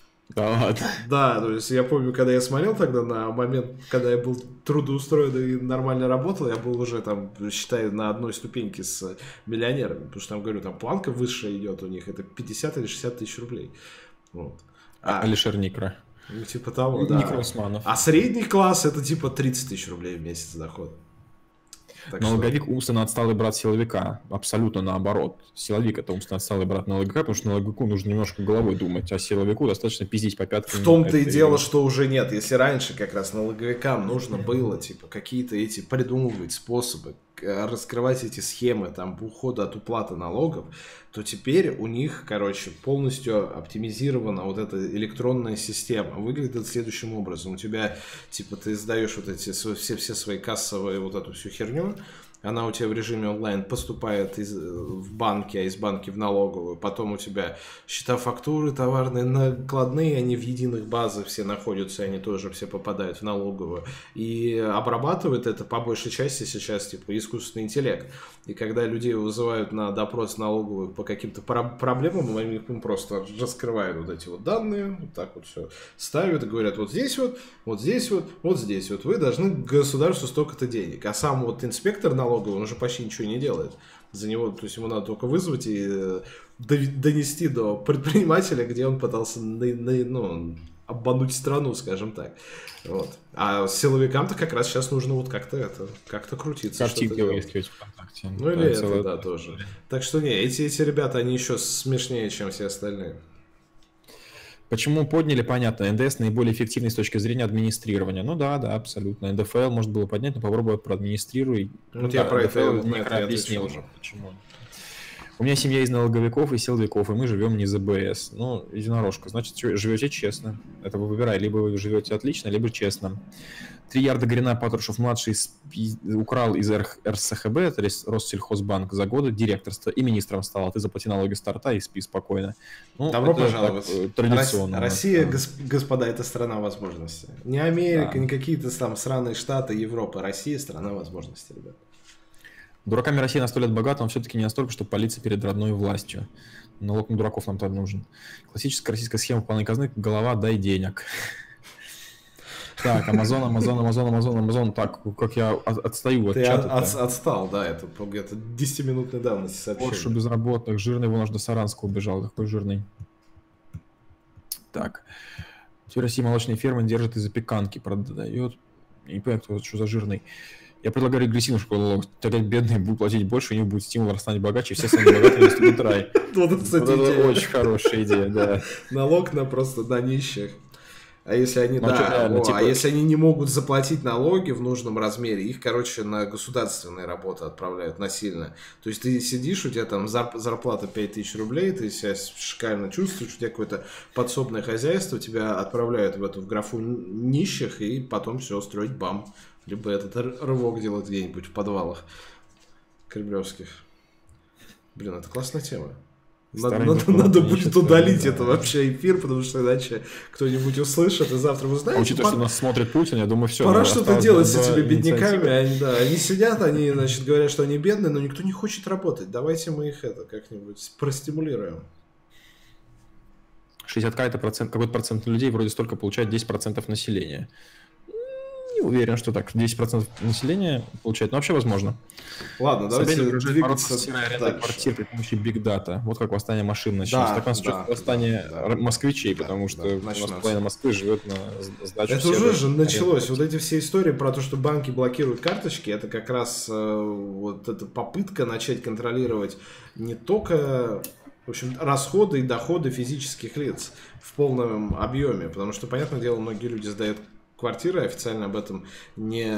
[SPEAKER 1] Да, то есть я помню, когда я смотрел тогда на момент, когда я был трудоустроен и нормально работал, я был уже там, считай, на одной ступеньке с миллионерами, потому что там, говорю, там планка высшая идет у них, это 50 или 60 тысяч рублей. Вот.
[SPEAKER 2] Алишер Никро.
[SPEAKER 1] Ну, типа того, да.
[SPEAKER 2] Никро Усманов.
[SPEAKER 1] А средний класс это типа 30 тысяч рублей в месяц доход.
[SPEAKER 2] Налоговик умственно отсталый брат силовика. Абсолютно наоборот. Силовик — это умственно отсталый брат налоговика, потому что налоговику нужно немножко головой думать, а силовику достаточно пиздить по пяткам.
[SPEAKER 1] В том-то и дело, что уже нет. Если раньше как раз налоговикам нужно было типа какие-то эти придумывать способы, раскрывать эти схемы там ухода от уплаты налогов, то теперь у них, короче, полностью оптимизирована вот эта электронная система. Выглядит это следующим образом. У тебя, типа, ты сдаешь вот эти все свои кассовые вот эту всю херню, она у тебя в режиме онлайн поступает в банки, а из банки в налоговую. Потом у тебя счета, фактуры, товарные накладные, они в единых базах все находятся, и они тоже все попадают в налоговую. И обрабатывает это по большей части сейчас типа искусственный интеллект. И когда людей вызывают на допрос налоговых по каким-то проблемам, они им просто раскрывают вот эти вот данные, вот так вот все ставят и говорят, вот здесь вот, вот здесь вот, вот здесь вот, вы должны государству столько-то денег. А сам вот инспектор налоговый, он уже почти ничего не делает. За него, то есть ему надо только вызвать и донести до предпринимателя, где он пытался обмануть страну, скажем так. Вот. А силовикам-то как раз сейчас нужно вот как-то крутиться.
[SPEAKER 2] Картинки выискивать ВКонтакте.
[SPEAKER 1] Ну или это, да, тоже. Так что не, эти ребята, они еще смешнее, чем все остальные.
[SPEAKER 2] Почему подняли, понятно, НДС наиболее эффективный с точки зрения администрирования. Ну да, абсолютно. НДФЛ можно было поднять, но попробуй проадминистрируй.
[SPEAKER 1] Вот я про это
[SPEAKER 2] объяснил уже, почему. У меня семья из налоговиков и силовиков, и мы живем не за БС. Ну, единорожка, значит, живете честно. Это вы выбираете, либо вы живете отлично, либо честно. 3 ярда Грина Патрушев-младший украл из РСХБ, это Россельхозбанк, за годы директорства и министром стал. А ты заплати налоги старта и спи спокойно. Ну,
[SPEAKER 1] добро пожаловать.
[SPEAKER 2] Традиционно.
[SPEAKER 1] Россия, господа, это страна возможностей. Не Америка, не какие-то там сраные штаты, Европа. Россия страна возможностей, ребят.
[SPEAKER 2] Дураками России на 100 лет богата, но все-таки не настолько, чтобы палиться перед родной властью. Налог на дураков нам там нужен. Классическая российская схема полной казны: голова, дай денег. Так, Амазон. Так, как я отстаю от чата.
[SPEAKER 1] Ты отстал, да, это где-то 10-минутной давности сообщение.
[SPEAKER 2] Поршу безработных, жирный, вон аж до Саранска убежал, какой жирный. Так. Все России молочные фермы держат и запеканки продает. Я не понимаю, кто, что за жирный. Я предлагаю регрессивную школу налогов. Тогда бедные будут платить больше, у них будет стимул стать богаче, и все самые богатые наступит рай.
[SPEAKER 1] Вот это
[SPEAKER 2] очень хорошая идея, да.
[SPEAKER 1] Налог на нищих. А если они, если они не могут заплатить налоги в нужном размере, их, короче, на государственные работы отправляют насильно. То есть ты сидишь, у тебя там зарплата 5000 рублей, ты себя шикарно чувствуешь, у тебя какое-то подсобное хозяйство, тебя отправляют в графу нищих, и потом все, строить бам. Либо этот рывок делать где-нибудь в подвалах кремлевских. Блин, это классная тема. Надо будет удалить это вообще эфир, потому что иначе кто-нибудь услышит, и завтра вы знаете...
[SPEAKER 2] Учитывая, что нас смотрит Путин, я думаю, все.
[SPEAKER 1] Пора что-то делать с этими бедняками. Они сидят, они, значит, говорят, что они бедные, но никто не хочет работать. Давайте мы их как-нибудь простимулируем.
[SPEAKER 2] 60к это какой-то процент людей вроде столько получает 10% населения. Не уверен, что так 10% населения получает, но вообще возможно.
[SPEAKER 1] Ладно, давайте двигаться
[SPEAKER 2] дальше. Квартир при помощи Big Data. Вот как восстание машин начнется. Так у нас сейчас восстание москвичей, потому что у нас половина Москвы живет на сдачу.
[SPEAKER 1] Это уже же началось. Вот эти все истории про то, что банки блокируют карточки, это как раз вот эта попытка начать контролировать не только... В общем, расходы и доходы физических лиц в полном объеме. Потому что, понятное дело, многие люди сдают квартиры, официально об этом не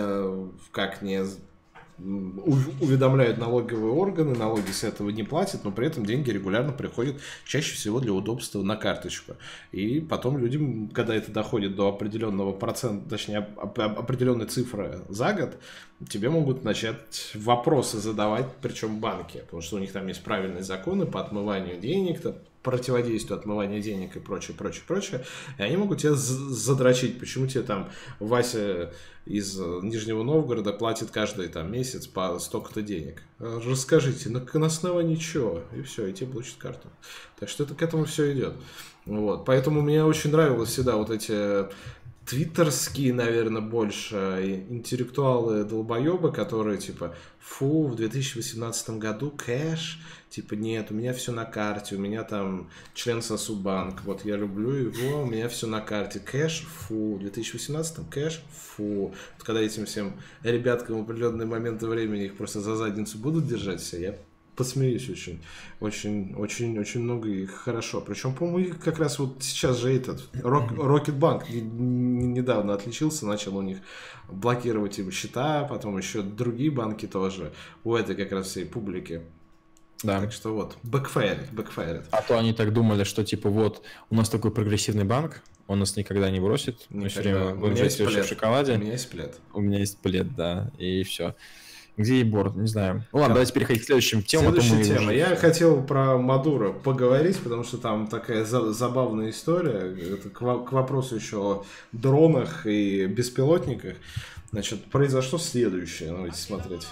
[SPEAKER 1] уведомляют налоговые органы, налоги с этого не платят, но при этом деньги регулярно приходят, чаще всего для удобства, на карточку. И потом людям, когда это доходит до определенного процента, точнее определенной цифры за год, тебе могут начать вопросы задавать, причем банки, потому что у них там есть правильные законы по отмыванию денег, противодействию отмывания денег и прочее. И они могут тебя задрочить. Почему тебе там Вася из Нижнего Новгорода платит каждый там месяц по столько-то денег? Расскажите, на основании чего? И все, и тебе получат карту. Так что это к этому все идет. Вот. Поэтому мне очень нравилось всегда вот эти... твиттерские, наверное, больше интеллектуалы-долбоебы, которые типа, фу, в 2018 году кэш, типа, нет, у меня все на карте, у меня там член Сосубанк, вот я люблю его, у меня все на карте, кэш, фу, в 2018 кэш, фу. Вот когда этим всем ребяткам в определенные моменты времени их просто за задницу будут держать все, я посмеюсь очень много и хорошо. Причем, по-моему, как раз вот сейчас же этот Рокетбанк недавно отличился, начал у них блокировать им счета, потом еще другие банки тоже у этой как раз всей публики.
[SPEAKER 2] Да.
[SPEAKER 1] Так что вот, бэкфайрит.
[SPEAKER 2] А то они так думали, что типа вот у нас такой прогрессивный банк, он нас никогда не бросит, мы все время будем жить в шоколаде.
[SPEAKER 1] У меня есть плед.
[SPEAKER 2] У меня есть плед, да, и все. Где Ебор? Не знаю. Ну ладно, давайте переходить к следующим темам.
[SPEAKER 1] Следующая тема. Я хотел про Мадуро поговорить, потому что там такая забавная история. Это к вопросу еще о дронах и беспилотниках. Значит, произошло следующее. Давайте смотреть.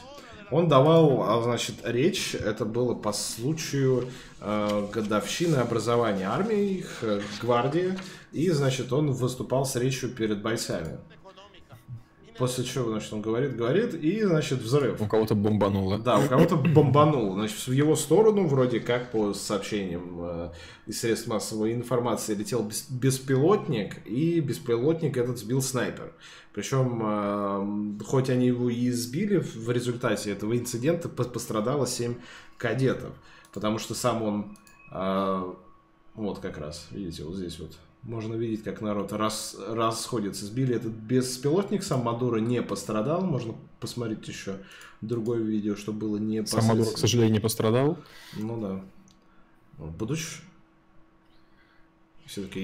[SPEAKER 1] Он давал, значит, речь, это было по случаю годовщины образования армии, их гвардии, и, значит, он выступал с речью перед бойцами. После чего, значит, он говорит, и, значит, взрыв.
[SPEAKER 2] У кого-то бомбануло.
[SPEAKER 1] Да, у кого-то бомбануло. Значит, в его сторону, вроде как, по сообщениям из средств массовой информации, летел беспилотник, и беспилотник этот сбил снайпер. Причем, хоть они его и сбили, в результате этого инцидента пострадало 7 кадетов. Потому что сам он, вот как раз, видите, вот здесь вот, можно видеть, как народ расходится. Сбили этот беспилотник, сам Мадуро не пострадал. Можно посмотреть еще другое видео, что было не
[SPEAKER 2] сам Мадуро, к сожалению, не пострадал.
[SPEAKER 1] Ну да. Будущее. Все-таки,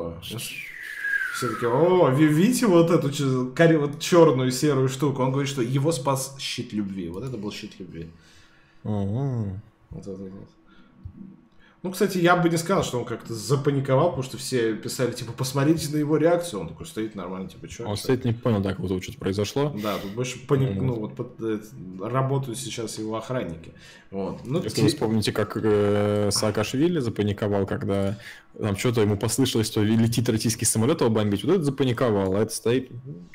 [SPEAKER 1] видите вот эту вот черную серую штуку? Он говорит, что его спас щит любви. Вот это был щит любви. Вот это вот. Ну, кстати, я бы не сказал, что он как-то запаниковал, потому что все писали, типа, посмотрите на его реакцию. Он такой стоит нормально, типа, что?
[SPEAKER 2] Он стоит, не понял, так вот что-то произошло.
[SPEAKER 1] Да, тут больше работают сейчас его охранники. Вот. Ну,
[SPEAKER 2] если вы вспомните, как Саакашвили запаниковал, когда там что-то ему послышалось, что летит российский самолет его бомбить, вот это запаниковал, а это стоит...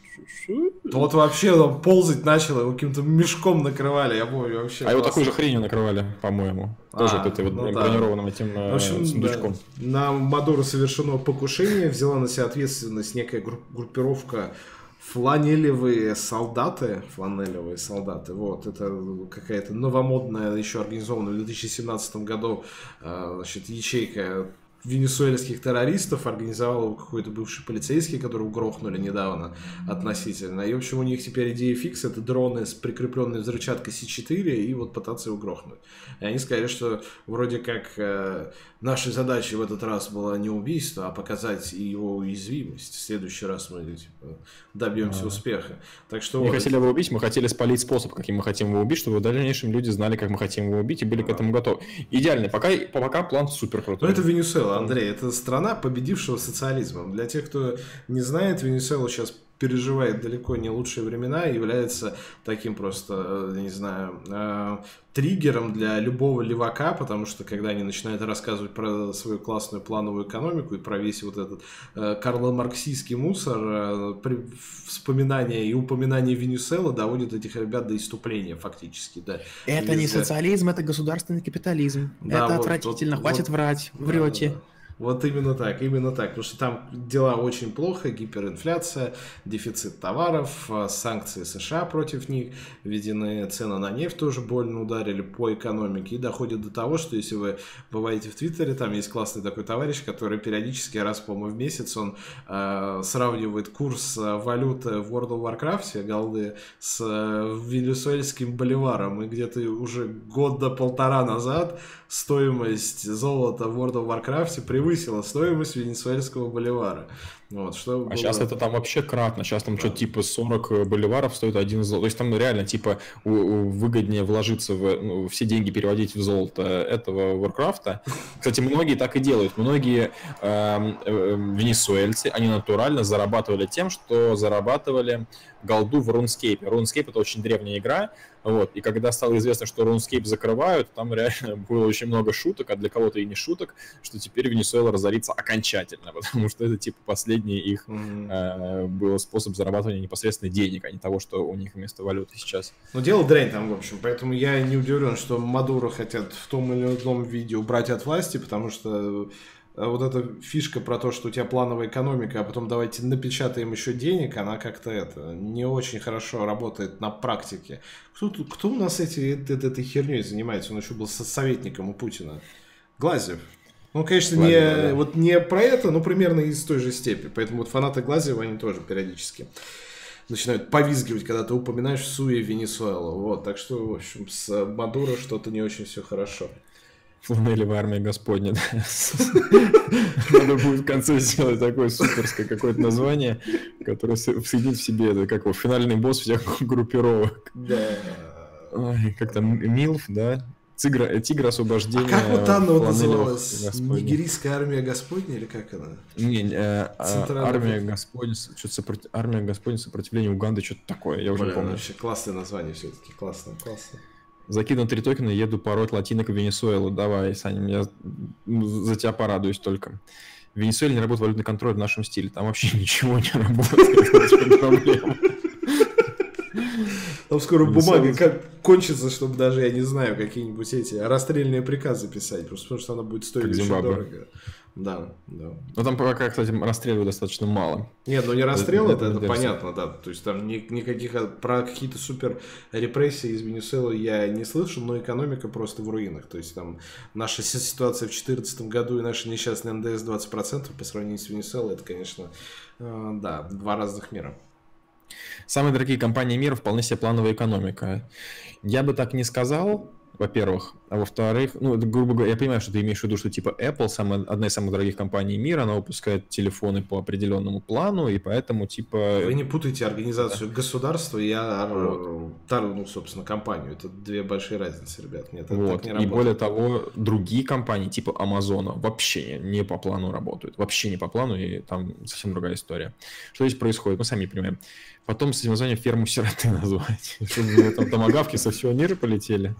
[SPEAKER 1] Вот вообще он ползать начал, его каким-то мешком накрывали, я помню вообще.
[SPEAKER 2] А его такой же хренью накрывали, по-моему. Тоже вот этой вот бронированным этим сундучком.
[SPEAKER 1] Да. На Мадуро совершено покушение, взяла на себя ответственность некая группировка фланелевые солдаты, вот, это какая-то новомодная, еще организованная в 2017 году, значит, ячейка венесуэльских террористов, организовал какой-то бывший полицейский, которого грохнули недавно относительно. И, в общем, у них теперь идея фикс — это дроны с прикрепленной взрывчаткой С4, и вот пытаться его грохнуть. И они сказали, что вроде как нашей задачей в этот раз было не убийство, а показать его уязвимость. В следующий раз мы добьемся успеха. Так что
[SPEAKER 2] мы хотели его убить, мы хотели спалить способ, каким мы хотим его убить, чтобы в дальнейшем люди знали, как мы хотим его убить, и были к этому готовы. Идеальный. Пока план супер крутой.
[SPEAKER 1] Но это Венесуэла, Андрей. Это страна победившего социализмом. Для тех, кто не знает, Венесуэла сейчас переживает далеко не лучшие времена, является таким просто, не знаю, триггером для любого левака, потому что когда они начинают рассказывать про свою классную плановую экономику и про весь вот этот карло-марксистский мусор, вспоминания и упоминания Венесуэлы доводят этих ребят до исступления фактически. Да.
[SPEAKER 3] Это не социализм, это государственный капитализм. Да, это вот, отвратительно, хватит врать, врете.
[SPEAKER 1] Да. Вот именно так, потому что там дела очень плохо, гиперинфляция, дефицит товаров, санкции США против них введены, цены на нефть тоже больно ударили по экономике, и доходит до того, что если вы бываете в Твиттере, там есть классный такой товарищ, который периодически раз, по-моему, в месяц он сравнивает курс валюты в World of Warcraft, голды, с венесуэльским боливаром, и где-то уже года-полтора назад стоимость золота в World of Warcraft превысила стоимость венесуэльского боливара. Вот, что было...
[SPEAKER 2] сейчас это там вообще кратно. Сейчас там что-то типа 40 боливаров стоит один золото. То есть там реально типа выгоднее вложиться в все деньги переводить в золото этого Warcraft'а. Кстати, многие так и делают. Многие венесуэльцы, они натурально зарабатывали тем, что зарабатывали голду в RuneScape. RuneScape — это очень древняя игра. Вот. И когда стало известно, что RuneScape закрывают, там реально было очень много шуток, а для кого-то и не шуток, что теперь Венесуэла разорится окончательно, потому что это типа последний их был способ зарабатывания непосредственно денег, а не того, что у них вместо валюты сейчас.
[SPEAKER 1] Ну, дело дрянь там, в общем, поэтому я не удивлен, что Мадуро хотят в том или ином виде убрать от власти, потому что вот эта фишка про то, что у тебя плановая экономика, а потом давайте напечатаем еще денег, она как-то не очень хорошо работает на практике. Кто у нас этой херней занимается? Он еще был советником у Путина. Глазьев. Ну, конечно, не про это, но примерно из той же степи. Поэтому вот фанаты Глазьева, они тоже периодически начинают повизгивать, когда ты упоминаешь Суе Венесуэлу. Вот, так что, в общем, с Мадуро что-то не очень все хорошо.
[SPEAKER 2] Фланелевая армия Господня. Надо будет в конце сделать такое суперское какое-то название, которое соединит в себе, это как финальный босс всех группировок.
[SPEAKER 1] Да.
[SPEAKER 2] Как там, Милф, да? Тигр освобождения.
[SPEAKER 1] А как вот она вот называлась? Нигерийская армия Господня или как она?
[SPEAKER 2] Армия Господня, армия Господня сопротивления Уганды, что-то такое, я уже не помню.
[SPEAKER 1] Вообще классное название все-таки, классно.
[SPEAKER 2] Закину 3 токена, еду пороть латинок в Венесуэлу. Давай, Саня, я за тебя порадуюсь только. В Венесуэле не работает валютный контроль в нашем стиле. Там вообще ничего не работает. Проблема.
[SPEAKER 1] Там скоро бумага как кончится, чтобы даже, я не знаю, какие-нибудь эти расстрельные приказы писать, просто потому что она будет стоить очень дорого. Да.
[SPEAKER 2] Ну там пока, кстати, расстреливают достаточно мало.
[SPEAKER 1] Нет, ну не расстрел, это понятно, да. То есть там никаких про какие-то супер репрессии из Венесуэлы я не слышал, но экономика просто в руинах. То есть там наша ситуация в 2014 году и наша несчастная НДС 20% по сравнению с Венесуэлой, это, конечно, да, два разных мира.
[SPEAKER 2] Самые дорогие компании мира вполне себе плановая экономика. Я бы так не сказал, во-первых. А во-вторых, ну, это, грубо говоря, я понимаю, что ты имеешь в виду, что типа Apple, одна из самых дорогих компаний мира, она выпускает телефоны по определенному плану, и поэтому типа...
[SPEAKER 1] Вы не путайте организацию государства и, ну, собственно, компанию. Это две большие разницы, ребят. Нет, это
[SPEAKER 2] вот.
[SPEAKER 1] Так не
[SPEAKER 2] и
[SPEAKER 1] работает.
[SPEAKER 2] более того, другие компании, типа Амазона, вообще не по плану работают. Вообще не по плану, и там совсем другая история. Что здесь происходит? Мы сами понимаем. Потом с этим названием ферму сироты назвать. Чтобы там томагавки со всего мира полетели.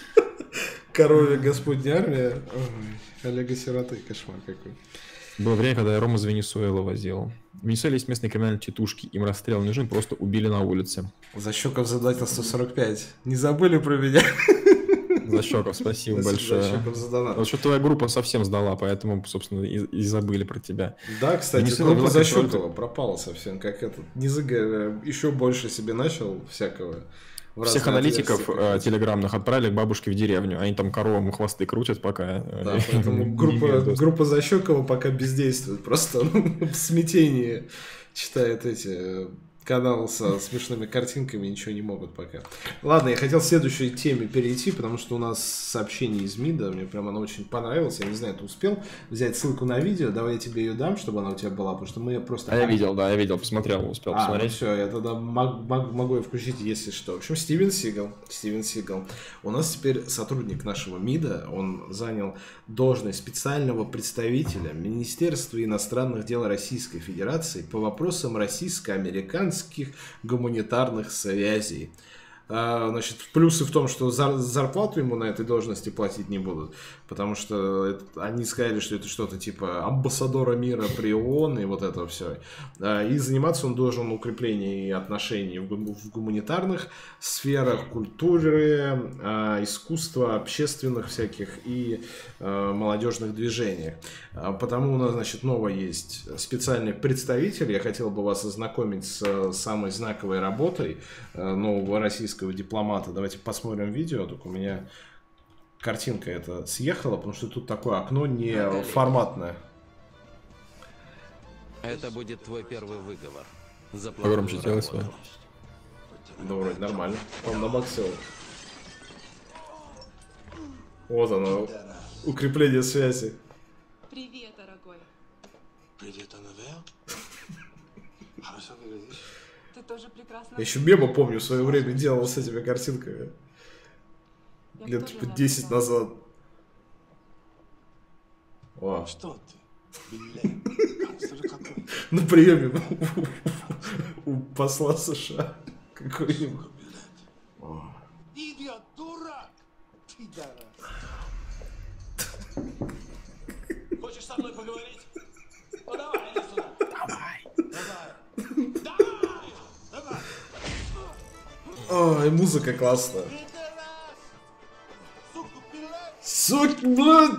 [SPEAKER 1] Коровья Господня армия. Ой, Олега Сироты, кошмар какой.
[SPEAKER 2] Было время, когда я Рому из Венесуэлы возил. В Венесуэле есть местные криминальные тетушки. Им расстрел не нужен, просто убили на улице.
[SPEAKER 1] Защеков задонатил 145. Не забыли про меня?
[SPEAKER 2] Защеков, спасибо большое.
[SPEAKER 1] Защеков за донат.
[SPEAKER 2] Вот что твоя группа совсем сдала, поэтому, собственно, и забыли про тебя.
[SPEAKER 1] Да, кстати, группа Защекова пропала совсем, как этот. Низыга еще больше себе начал всякого.
[SPEAKER 2] Всех аналитиков телеграмных отправили к бабушке в деревню. Они там коровам хвосты крутят пока.
[SPEAKER 1] Да, поэтому группа Защекова пока бездействует. Просто в смятении читает эти каналы со смешными картинками, ничего не могут пока. Ладно, я хотел к следующей теме перейти, потому что у нас сообщение из МИДа, мне прям оно очень понравилось. Я не знаю, ты успел взять ссылку на видео, давай я тебе ее дам, чтобы она у тебя была, потому что мы просто...
[SPEAKER 2] я видел, посмотрел, успел посмотреть.
[SPEAKER 1] Ну все, я тогда могу ее включить, если что. В общем, Стивен Сигал. У нас теперь сотрудник нашего МИДа, он занял должность специального представителя Министерства иностранных дел Российской Федерации по вопросам российско-американских гуманитарных связей. Значит, плюсы в том, что зарплату ему на этой должности платить не будут, потому что они сказали, что это что-то типа амбассадора мира при ООН и вот это все. И заниматься он должен укреплением отношений в гуманитарных сферах, культуре, искусства, общественных всяких и молодежных движениях. Потому у нас, значит, новый есть специальный представитель. Я хотел бы вас ознакомить с самой знаковой работой нового российского дипломата. Давайте посмотрим видео. Только у меня картинка эта съехала, потому что тут такое окно не форматное.
[SPEAKER 4] Это будет твой первый выговор.
[SPEAKER 2] Погромче делай свое.
[SPEAKER 1] Да, вроде нормально. Он набоксил. Вот оно. Укрепление связи.
[SPEAKER 5] Привет, дорогой.
[SPEAKER 6] Привет, Анавея. Хорошо выглядишь.
[SPEAKER 5] Ты тоже прекрасно.
[SPEAKER 1] Я еще мемо помню, в свое время делал с этими картинками.
[SPEAKER 5] Я
[SPEAKER 1] Лет
[SPEAKER 5] тоже
[SPEAKER 1] типа
[SPEAKER 5] рада
[SPEAKER 1] 10
[SPEAKER 5] была.
[SPEAKER 1] назад. О.
[SPEAKER 6] Что ты? Блин, канцлер какой?
[SPEAKER 1] На приеме у посла США. Какой-нибудь.
[SPEAKER 6] Идиот, дурак! Пидорас. Хочешь со мной поговорить? Ну давай, иди сюда. Давай.
[SPEAKER 1] Ой, музыка классная.
[SPEAKER 6] Пидорас! Сука, блядь!
[SPEAKER 1] Сука, блядь!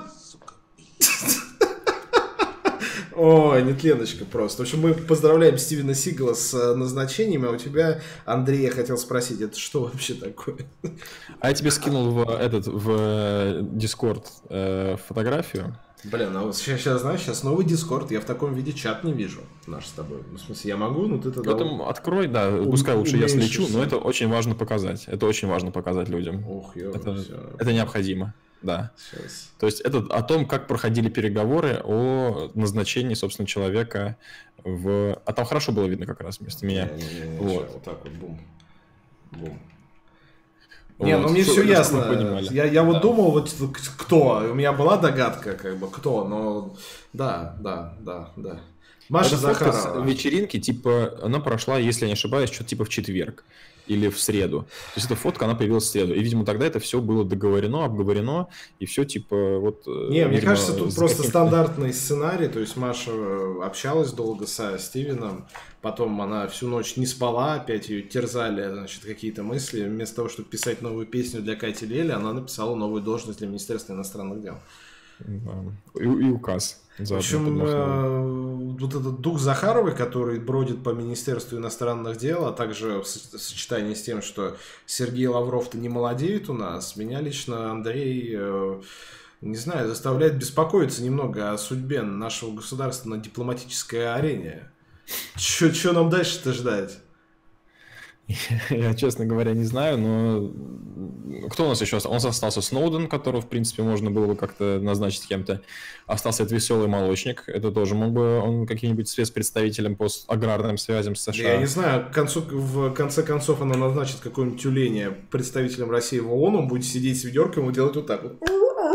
[SPEAKER 1] Ой, нетленочка просто. В общем, мы поздравляем Стивена Сигала с назначением, а у тебя, Андрей, я хотел спросить, это что вообще такое?
[SPEAKER 2] А я тебе скинул в Discord фотографию.
[SPEAKER 1] Блин, а вот сейчас, знаешь, сейчас новый Discord, я в таком виде чат не вижу наш с тобой. Ну, в смысле, я могу, но ты тогда...
[SPEAKER 2] Поэтому открой, да, пускай лучше я слечу, но это очень важно показать. Это очень важно показать людям.
[SPEAKER 1] Ох,
[SPEAKER 2] это необходимо. Да.
[SPEAKER 1] Сейчас.
[SPEAKER 2] То есть это о том, как проходили переговоры о назначении, собственно, человека в... А там хорошо было видно как раз вместо меня.
[SPEAKER 1] Вот так вот, бум. Не,
[SPEAKER 2] Вот,
[SPEAKER 1] ну мне
[SPEAKER 2] что-
[SPEAKER 1] все
[SPEAKER 2] чтобы вы
[SPEAKER 1] ясно.
[SPEAKER 2] понимали.
[SPEAKER 1] Я вот думал, вот кто. У меня была догадка, как бы, кто, но да. Маша
[SPEAKER 2] Это фотка с
[SPEAKER 1] Захарова.
[SPEAKER 2] вечеринки, типа, она прошла, если я не ошибаюсь, что-то типа в четверг или в среду. То есть эта фотка, она появилась в среду. И, видимо, тогда это все было договорено, обговорено, и все типа вот...
[SPEAKER 1] Не, мне
[SPEAKER 2] видимо,
[SPEAKER 1] кажется, тут
[SPEAKER 2] за
[SPEAKER 1] просто
[SPEAKER 2] каким-то-
[SPEAKER 1] стандартный сценарий. То есть Маша общалась долго со Стивеном, потом она всю ночь не спала, опять ее терзали, значит, какие-то мысли. Вместо того, чтобы писать новую песню для Кати Лели, она написала новую должность для Министерства иностранных дел.
[SPEAKER 2] Да. И указ.
[SPEAKER 1] В
[SPEAKER 2] заодно
[SPEAKER 1] общем,
[SPEAKER 2] подмахнул.
[SPEAKER 1] вот этот дух Захаровой, который бродит по Министерству иностранных дел, а также в сочетании с тем, что Сергей Лавров-то не молодеет у нас, меня лично Андрей, не знаю, заставляет беспокоиться немного о судьбе нашего государства на дипломатической арене. Че нам дальше-то ждать?
[SPEAKER 2] Я, честно говоря, не знаю, но кто у нас еще остался? У нас остался Сноуден, которого, в принципе, можно было бы как-то назначить кем-то. Остался этот веселый молочник. Это тоже мог бы он каким-нибудь спецпредставителем по аграрным связям с США.
[SPEAKER 1] Я не знаю, в конце концов она назначит какое-нибудь тюление представителем России в ООН, он будет сидеть с ведерком и делать вот так вот.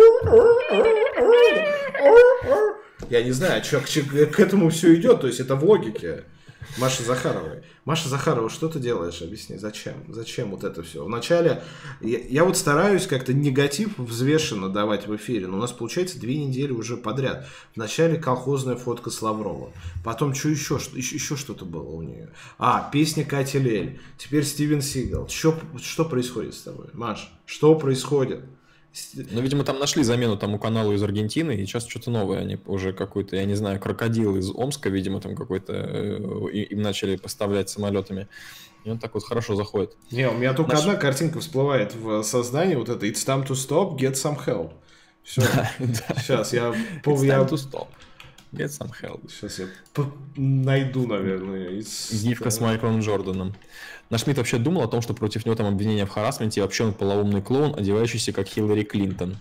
[SPEAKER 1] Я не знаю, к этому все идет, то есть это в логике. Маша Захаровой. Маша Захарова, что ты делаешь? Объясни, зачем? Зачем вот это все? Вначале я вот стараюсь как-то негатив взвешенно давать в эфире, но у нас получается 2 недели уже подряд. Вначале колхозная фотка с Лавровым, потом еще что-то было у нее. Песня Кати Лель, теперь Стивен Сигал. Что происходит с тобой, Маш? Что происходит?
[SPEAKER 2] Ну, видимо, там нашли замену тому каналу из Аргентины, и сейчас что-то новое. Они уже какой-то, я не знаю, крокодил из Омска, видимо, там какой-то, им начали поставлять самолетами. И он так вот хорошо заходит.
[SPEAKER 1] Не, у меня только одна картинка всплывает в сознании, вот это «It's time to stop, get some help». Все, сейчас я...
[SPEAKER 2] It's time to stop. Get some help.
[SPEAKER 1] Сейчас я найду, наверное.
[SPEAKER 2] Гифка с Майклом Джорданом. Наш Шмидт вообще думал о том, что против него там обвинения в харассменте, и вообще он полоумный клоун, одевающийся как Хиллари Клинтон.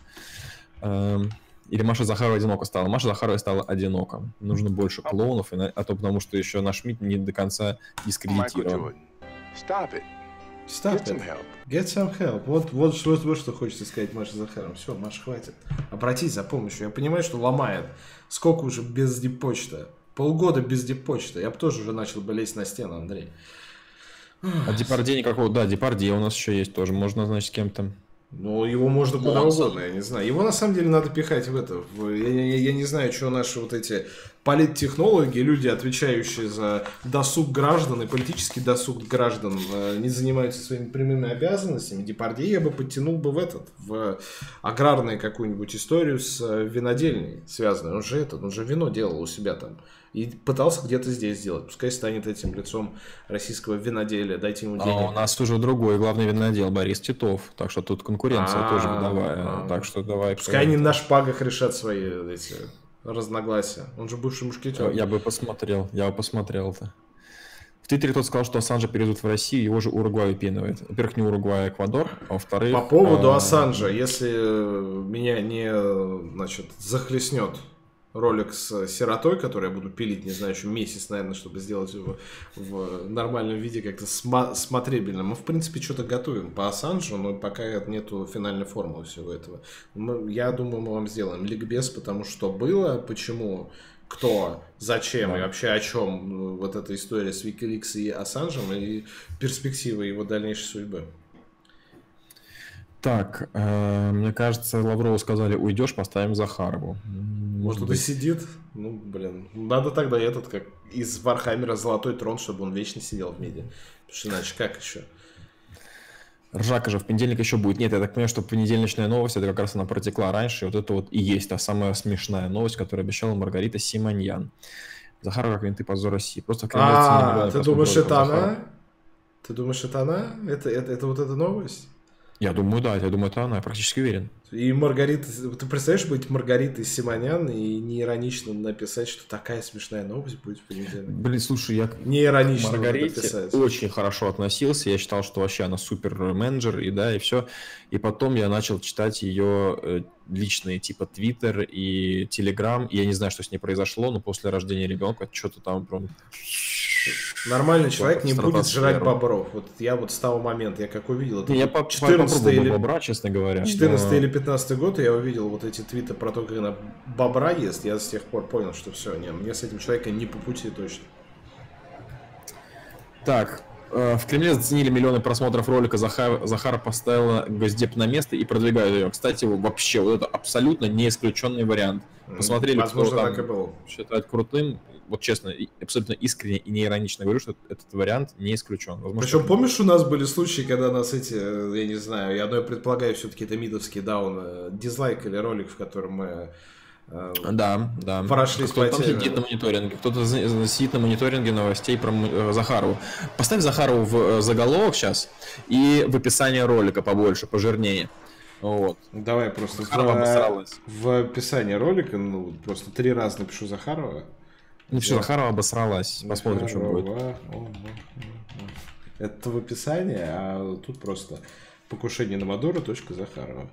[SPEAKER 2] Или Маша Захарова одиноко стала. Маша Захарова стала одиноко. Нужно больше клоунов, а то потому что еще наш Шмидт не до конца дискредитирован.
[SPEAKER 1] Stop it. Get some help. Вот что хочется сказать Маша Захарова. Все, Маша, хватит. Обратись за помощью. Я понимаю, что ломает. Сколько уже без диппочта? Полгода без диппочта. Я бы тоже уже начал бы лезть на стену, Андрей.
[SPEAKER 2] А Депардье никакого... Да, Депардье у нас еще есть тоже. Можно, значит, кем-то...
[SPEAKER 1] Ну, его можно куда угодно, я не знаю. Его, на самом деле, надо пихать в это. Я не знаю, что наши вот эти политтехнологи, люди, отвечающие за досуг граждан и политический досуг граждан, не занимаются своими прямыми обязанностями. Депардье я бы подтянул бы в аграрную какую-нибудь историю с винодельней связанной. Он же вино делал у себя там. И пытался где-то здесь сделать. Пускай станет этим лицом российского виноделия. Дайте ему денег.
[SPEAKER 2] А у нас уже другой главный винодел Борис Титов. Так что тут конкуренция тоже видовая. Так что давай.
[SPEAKER 1] Пускай они на шпагах решат свои эти разногласия. Он же бывший мушкетер.
[SPEAKER 2] Я бы посмотрел. Это. В Твиттере кто-то сказал, что Ассанжа переведут в Россию, его же Уругвай выпинывает. Во-первых, не Уругвай, а Эквадор. А во-вторых...
[SPEAKER 1] По поводу Ассанжа, если меня не, захлестнет ролик с сиротой, который я буду пилить, не знаю, еще месяц, наверное, чтобы сделать его в нормальном виде, как-то смотрибельно. Мы, в принципе, что-то готовим по Ассанжу, но пока нету финальной формулы всего этого. Я думаю, мы вам сделаем ликбез, потому что было, почему, кто, зачем и вообще о чем вот эта история с Wikileaks и Ассанжем и перспективы его дальнейшей судьбы.
[SPEAKER 2] Так, мне кажется, Лаврову сказали, уйдешь, поставим Захарову.
[SPEAKER 1] Может, он и сидит? Ну, блин, надо тогда как из Вархаммера Золотой Трон, чтобы он вечно сидел в меди. Потому что иначе как еще?
[SPEAKER 2] Ржака же в понедельник еще будет. Нет, я так понимаю, что понедельничная новость, это как раз она протекла раньше, и вот это вот и есть та самая смешная новость, которую обещала Маргарита Симоньян. Захарова как винты позор России. Просто
[SPEAKER 1] ты думаешь, это она? Ты думаешь, это она? Это вот эта новость?
[SPEAKER 2] Я думаю, да, это она, я практически уверен.
[SPEAKER 1] И Маргарита, ты представляешь быть Маргаритой Симонян и не иронично написать, что такая смешная новость будет в понедельник?
[SPEAKER 2] Блин, слушай, я
[SPEAKER 1] не иронично
[SPEAKER 2] к Маргарите очень хорошо относился, я считал, что вообще она супер менеджер, и все. И потом я начал читать ее личные, типа Твиттер и Телеграм, и я не знаю, что с ней произошло, но после рождения ребенка что-то там прям...
[SPEAKER 1] Нормальный человек не будет жрать
[SPEAKER 2] стратосферу.
[SPEAKER 1] бобров. Вот я вот с того момента, я как увидел, это
[SPEAKER 2] Я
[SPEAKER 1] 14
[SPEAKER 2] попробовал
[SPEAKER 1] или
[SPEAKER 2] бобра, честно говоря.
[SPEAKER 1] 14
[SPEAKER 2] но-
[SPEAKER 1] или 15 год, и я увидел вот эти твиты про то, как она бобра ест. Я с тех пор понял, что все, не, мне с этим человеком не по пути точно.
[SPEAKER 2] Так, в Кремле заценили миллионы просмотров ролика, Захара поставила Госдеп на место и продвигают ее. Кстати, вообще, вот это абсолютно не исключенный вариант. Посмотрели,
[SPEAKER 1] Возможно,
[SPEAKER 2] кто там
[SPEAKER 1] так и было.
[SPEAKER 2] считает крутым. Вот честно, абсолютно искренне и не иронично говорю, что этот вариант не исключен. Возможно,
[SPEAKER 1] Причем,
[SPEAKER 2] это-
[SPEAKER 1] помнишь, у нас были случаи, когда нас эти, я не знаю, я предполагаю, все-таки это мидовский даун, дизлайкали ролик, в котором мы
[SPEAKER 2] Да.
[SPEAKER 1] прошлись по
[SPEAKER 2] Кто-то там
[SPEAKER 1] теме.
[SPEAKER 2] сидит на мониторинге, кто-то сидит на мониторинге новостей про Захарову. Поставь Захарову в заголовок сейчас и в описание ролика побольше, пожирнее. Вот.
[SPEAKER 1] Давай просто
[SPEAKER 2] Захарова обосралась.
[SPEAKER 1] в описании ролика, ну, просто 3 раза напишу Захарова.
[SPEAKER 2] Ну все, Захарова обосралась. Посмотрим, что будет.
[SPEAKER 1] Это в описании, а тут просто покушение на Мадуро. Захарова.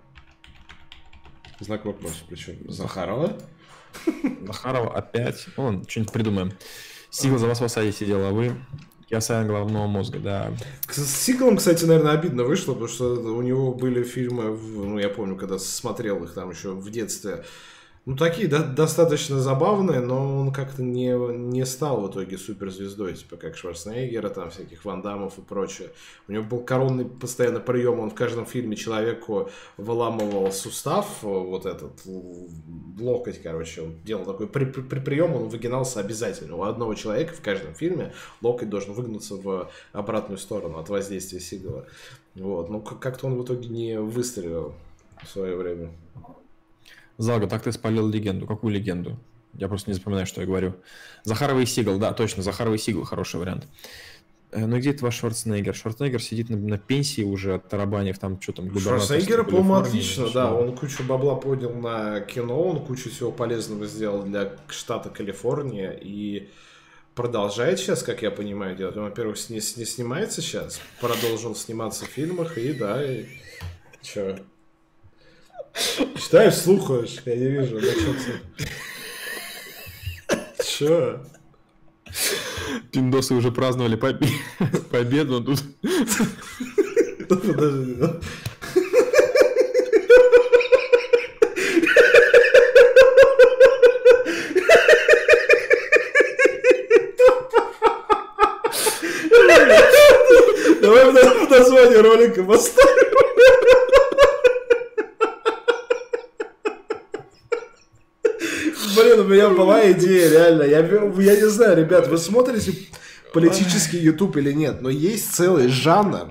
[SPEAKER 1] Знак вопроса, причем Захарова.
[SPEAKER 2] Захарова опять. Вон, что-нибудь придумаем. Сигл за вас в осаде сидел, а вы... Я сайен головного мозга, да.
[SPEAKER 1] С Сиглом, кстати, наверное, обидно вышло, потому что у него были фильмы, ну, я помню, когда смотрел их там еще в детстве, ну, такие достаточно забавные, но он как-то не стал в итоге суперзвездой, типа как Шварценеггера, там всяких Ван Даммов и прочее. У него был коронный постоянно прием, он в каждом фильме человеку выламывал сустав, вот этот, локоть, короче, он делал такой прием, он выгинался обязательно. У одного человека в каждом фильме локоть должен выгнуться в обратную сторону от воздействия Сигала. Вот, ну как-то он в итоге не выстрелил в свое время.
[SPEAKER 2] Залга, так ты спалил легенду. Какую легенду? Я просто не запоминаю, что я говорю. Захарова и Сигал, да, точно, Захарова и Сигал, хороший вариант. Ну где это ваш Шварценеггер? Шварценеггер сидит на пенсии уже от тарабанев, там что там...
[SPEAKER 1] Шварценеггера, по-моему, отлично, да. Он кучу бабла поднял на кино, он кучу всего полезного сделал для штата Калифорния и продолжает сейчас, как я понимаю, делать. Он, во-первых, не снимается сейчас, продолжил сниматься в фильмах, и да, и... Чё? Читаешь, слухаешь, я не вижу, да что Чё?
[SPEAKER 2] Пиндосы уже праздновали победу, тут...
[SPEAKER 1] Подожди. Давай в название ролика поставим. Блин, у меня была идея, реально. Я не знаю, ребят, вы смотрите политический YouTube или нет, но есть целый жанр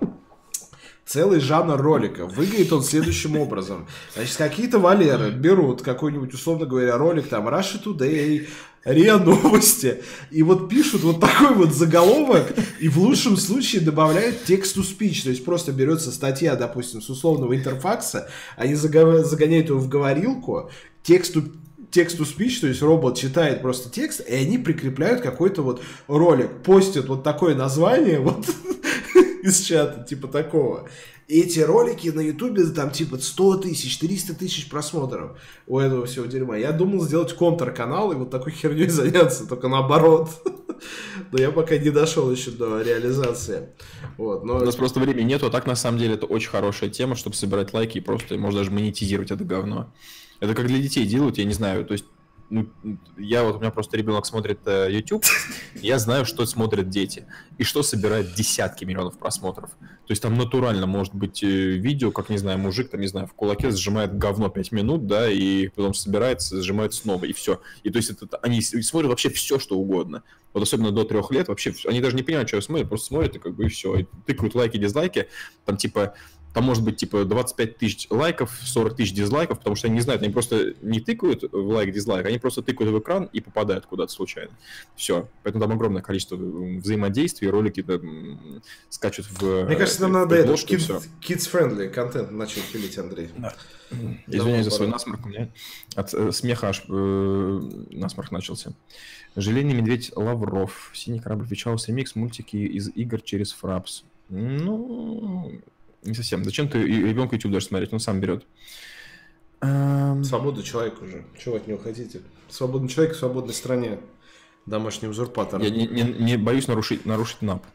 [SPEAKER 1] ролика. Выглядит он следующим образом. Значит, какие-то валеры берут какой-нибудь, условно говоря, ролик, там, Russia Today, РИА Новости, и вот пишут вот такой вот заголовок, и в лучшем случае добавляют text-to-speech, то есть просто берется статья, допустим, с условного интерфакса, они загоняют его в говорилку, text-to-speech, то есть робот читает просто текст, и они прикрепляют какой-то вот ролик, постят вот такое название вот из чата, типа такого. И эти ролики на ютубе там типа 100 тысяч, 300 тысяч просмотров у этого всего дерьма. Я думал сделать контр-канал и вот такой херней заняться, только наоборот. Но я пока не дошел еще до реализации. Вот, но...
[SPEAKER 2] У нас просто времени нету, а так на самом деле это очень хорошая тема, чтобы собирать лайки и просто можно даже монетизировать это говно. Это как для детей делают, я не знаю, то есть ну, у меня просто ребенок смотрит YouTube, я знаю, что смотрят дети и что собирает десятки миллионов просмотров. То есть там натурально может быть видео, как, не знаю, мужик, там, не знаю, в кулаке сжимает говно 5 минут, да, и потом собирается, сжимает снова, и все. И то есть они смотрят вообще все, что угодно. Вот особенно до 3 лет вообще, они даже не понимают, что смотрят, просто смотрят и как бы и все. И тыкают лайки, дизлайки, там типа... Там может быть типа 25 тысяч лайков, 40 тысяч дизлайков, потому что они не знают, они просто не тыкают в лайк-дизлайк, они просто тыкают в экран и попадают куда-то случайно. Все. Поэтому там огромное количество взаимодействий, ролики там, скачут в...
[SPEAKER 1] Мне кажется, нам надо это kids-friendly контент начать пилить, Андрей.
[SPEAKER 2] Да. Извиняюсь за свой насморк, у меня от смеха аж насморк начался. Желейный медведь Лавров. Синий корабль Фичаус ремикс, мультики из игр через Фрапс. Ну... Не совсем. Зачем ты ребенка YouTube даже смотреть? Он сам берет.
[SPEAKER 1] Свободный человек уже. Чего от него хотите? Свободный человек в свободной стране. Домашний узурпатор.
[SPEAKER 2] Я не боюсь нарушить НАП.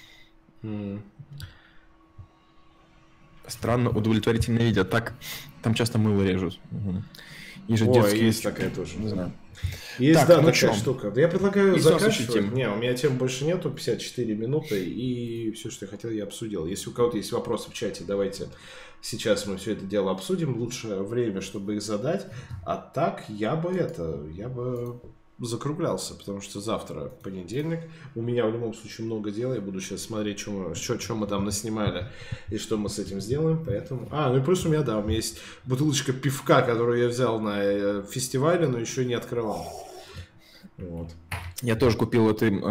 [SPEAKER 2] Странно, удовлетворительное видео. Так, там часто мыло режут. И же детские...
[SPEAKER 1] есть такая тоже.
[SPEAKER 2] Не знаю.
[SPEAKER 1] Есть,
[SPEAKER 2] так,
[SPEAKER 1] да,
[SPEAKER 2] ну
[SPEAKER 1] такая штука. Я предлагаю заканчивать.
[SPEAKER 2] Тем.
[SPEAKER 1] Не, у меня тем больше нету, 54 минуты, и все, что я хотел, я обсудил. Если у кого-то есть вопросы в чате, давайте сейчас мы все это дело обсудим. Лучше время, чтобы их задать. А так я бы закруглялся, потому что завтра понедельник. У меня в любом случае много дел. Я буду сейчас смотреть, что мы там наснимали и что мы с этим сделаем. Поэтому... ну и плюс у меня есть бутылочка пивка, которую я взял на фестивале, но еще не открывал. Вот.
[SPEAKER 2] Я тоже купил в этой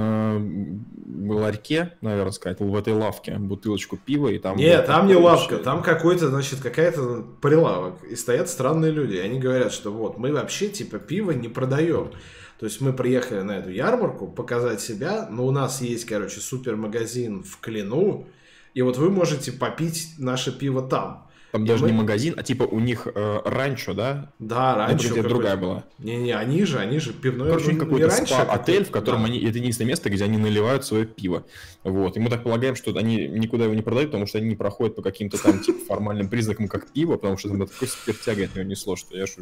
[SPEAKER 2] ларьке, наверное сказать, в этой лавке бутылочку пива. И там
[SPEAKER 1] нет, там не лавка, там какая-то прилавок. И стоят странные люди. И они говорят, что вот, мы вообще пиво не продаем. То есть мы приехали на эту ярмарку показать себя, но у нас есть, супермагазин в Клину, и вот вы можете попить наше пиво там.
[SPEAKER 2] Там даже не магазин, а у них ранчо, да?
[SPEAKER 1] Да, ранчо.
[SPEAKER 2] Это другая была.
[SPEAKER 1] Не, они же пивное.
[SPEAKER 2] Короче, какой-то спа-отель, в котором это единственное место, где они наливают свое пиво. Вот. И мы так полагаем, что они никуда его не продают, потому что они не проходят по каким-то там формальным признакам, как пиво, потому что там такой спиртяга от него несло, что я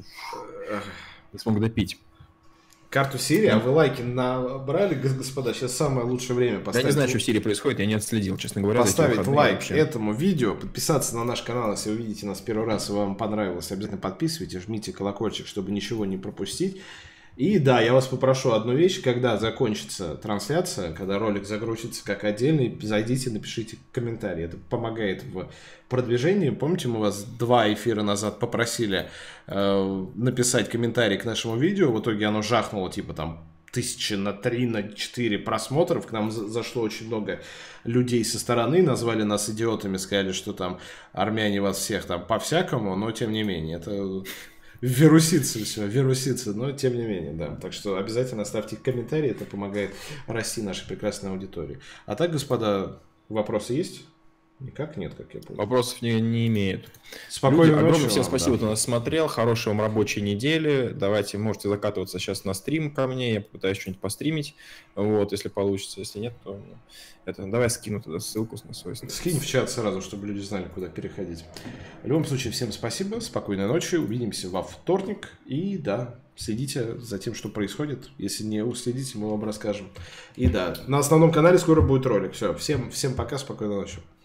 [SPEAKER 2] не смог допить.
[SPEAKER 1] Карту Сирии, а вы лайки набрали, господа? Сейчас самое лучшее время поставить.
[SPEAKER 2] Я не знаю, что в Сирии происходит, я не отследил, честно говоря.
[SPEAKER 1] Поставить лайк этому видео, подписаться на наш канал, если вы видите нас первый раз и вам понравилось, обязательно подписывайтесь, жмите колокольчик, чтобы ничего не пропустить. И да, я вас попрошу одну вещь, когда закончится трансляция, когда ролик загрузится как отдельный, зайдите, напишите комментарий. Это помогает в продвижении. Помните, мы вас 2 эфира назад попросили написать комментарий к нашему видео, в итоге оно жахнуло 1000 на 3, на 4 просмотров. К нам зашло очень много людей со стороны, назвали нас идиотами, сказали, что там армяне вас всех по-всякому, но тем не менее, это... Вирусится все, но тем не менее, да. Так что обязательно ставьте комментарии, это помогает расти нашей прекрасной аудитории. А так, господа, вопросы есть? Никак нет, как я понял.
[SPEAKER 2] Вопросов не имеют.
[SPEAKER 1] Спокойной ночи.
[SPEAKER 2] Огромное всем спасибо, кто нас смотрел. Хорошей вам рабочей недели. Давайте, можете закатываться сейчас на стрим ко мне. Я попытаюсь что-нибудь постримить. Вот, если получится. Если нет, то давай скину туда ссылку на свой.
[SPEAKER 1] Скинь в чат сразу, чтобы люди знали, куда переходить. В любом случае, всем спасибо. Спокойной ночи. Увидимся во вторник. И да, следите за тем, что происходит. Если не уследите, мы вам расскажем. И да, на основном канале скоро будет ролик. Все, всем пока, спокойной ночи.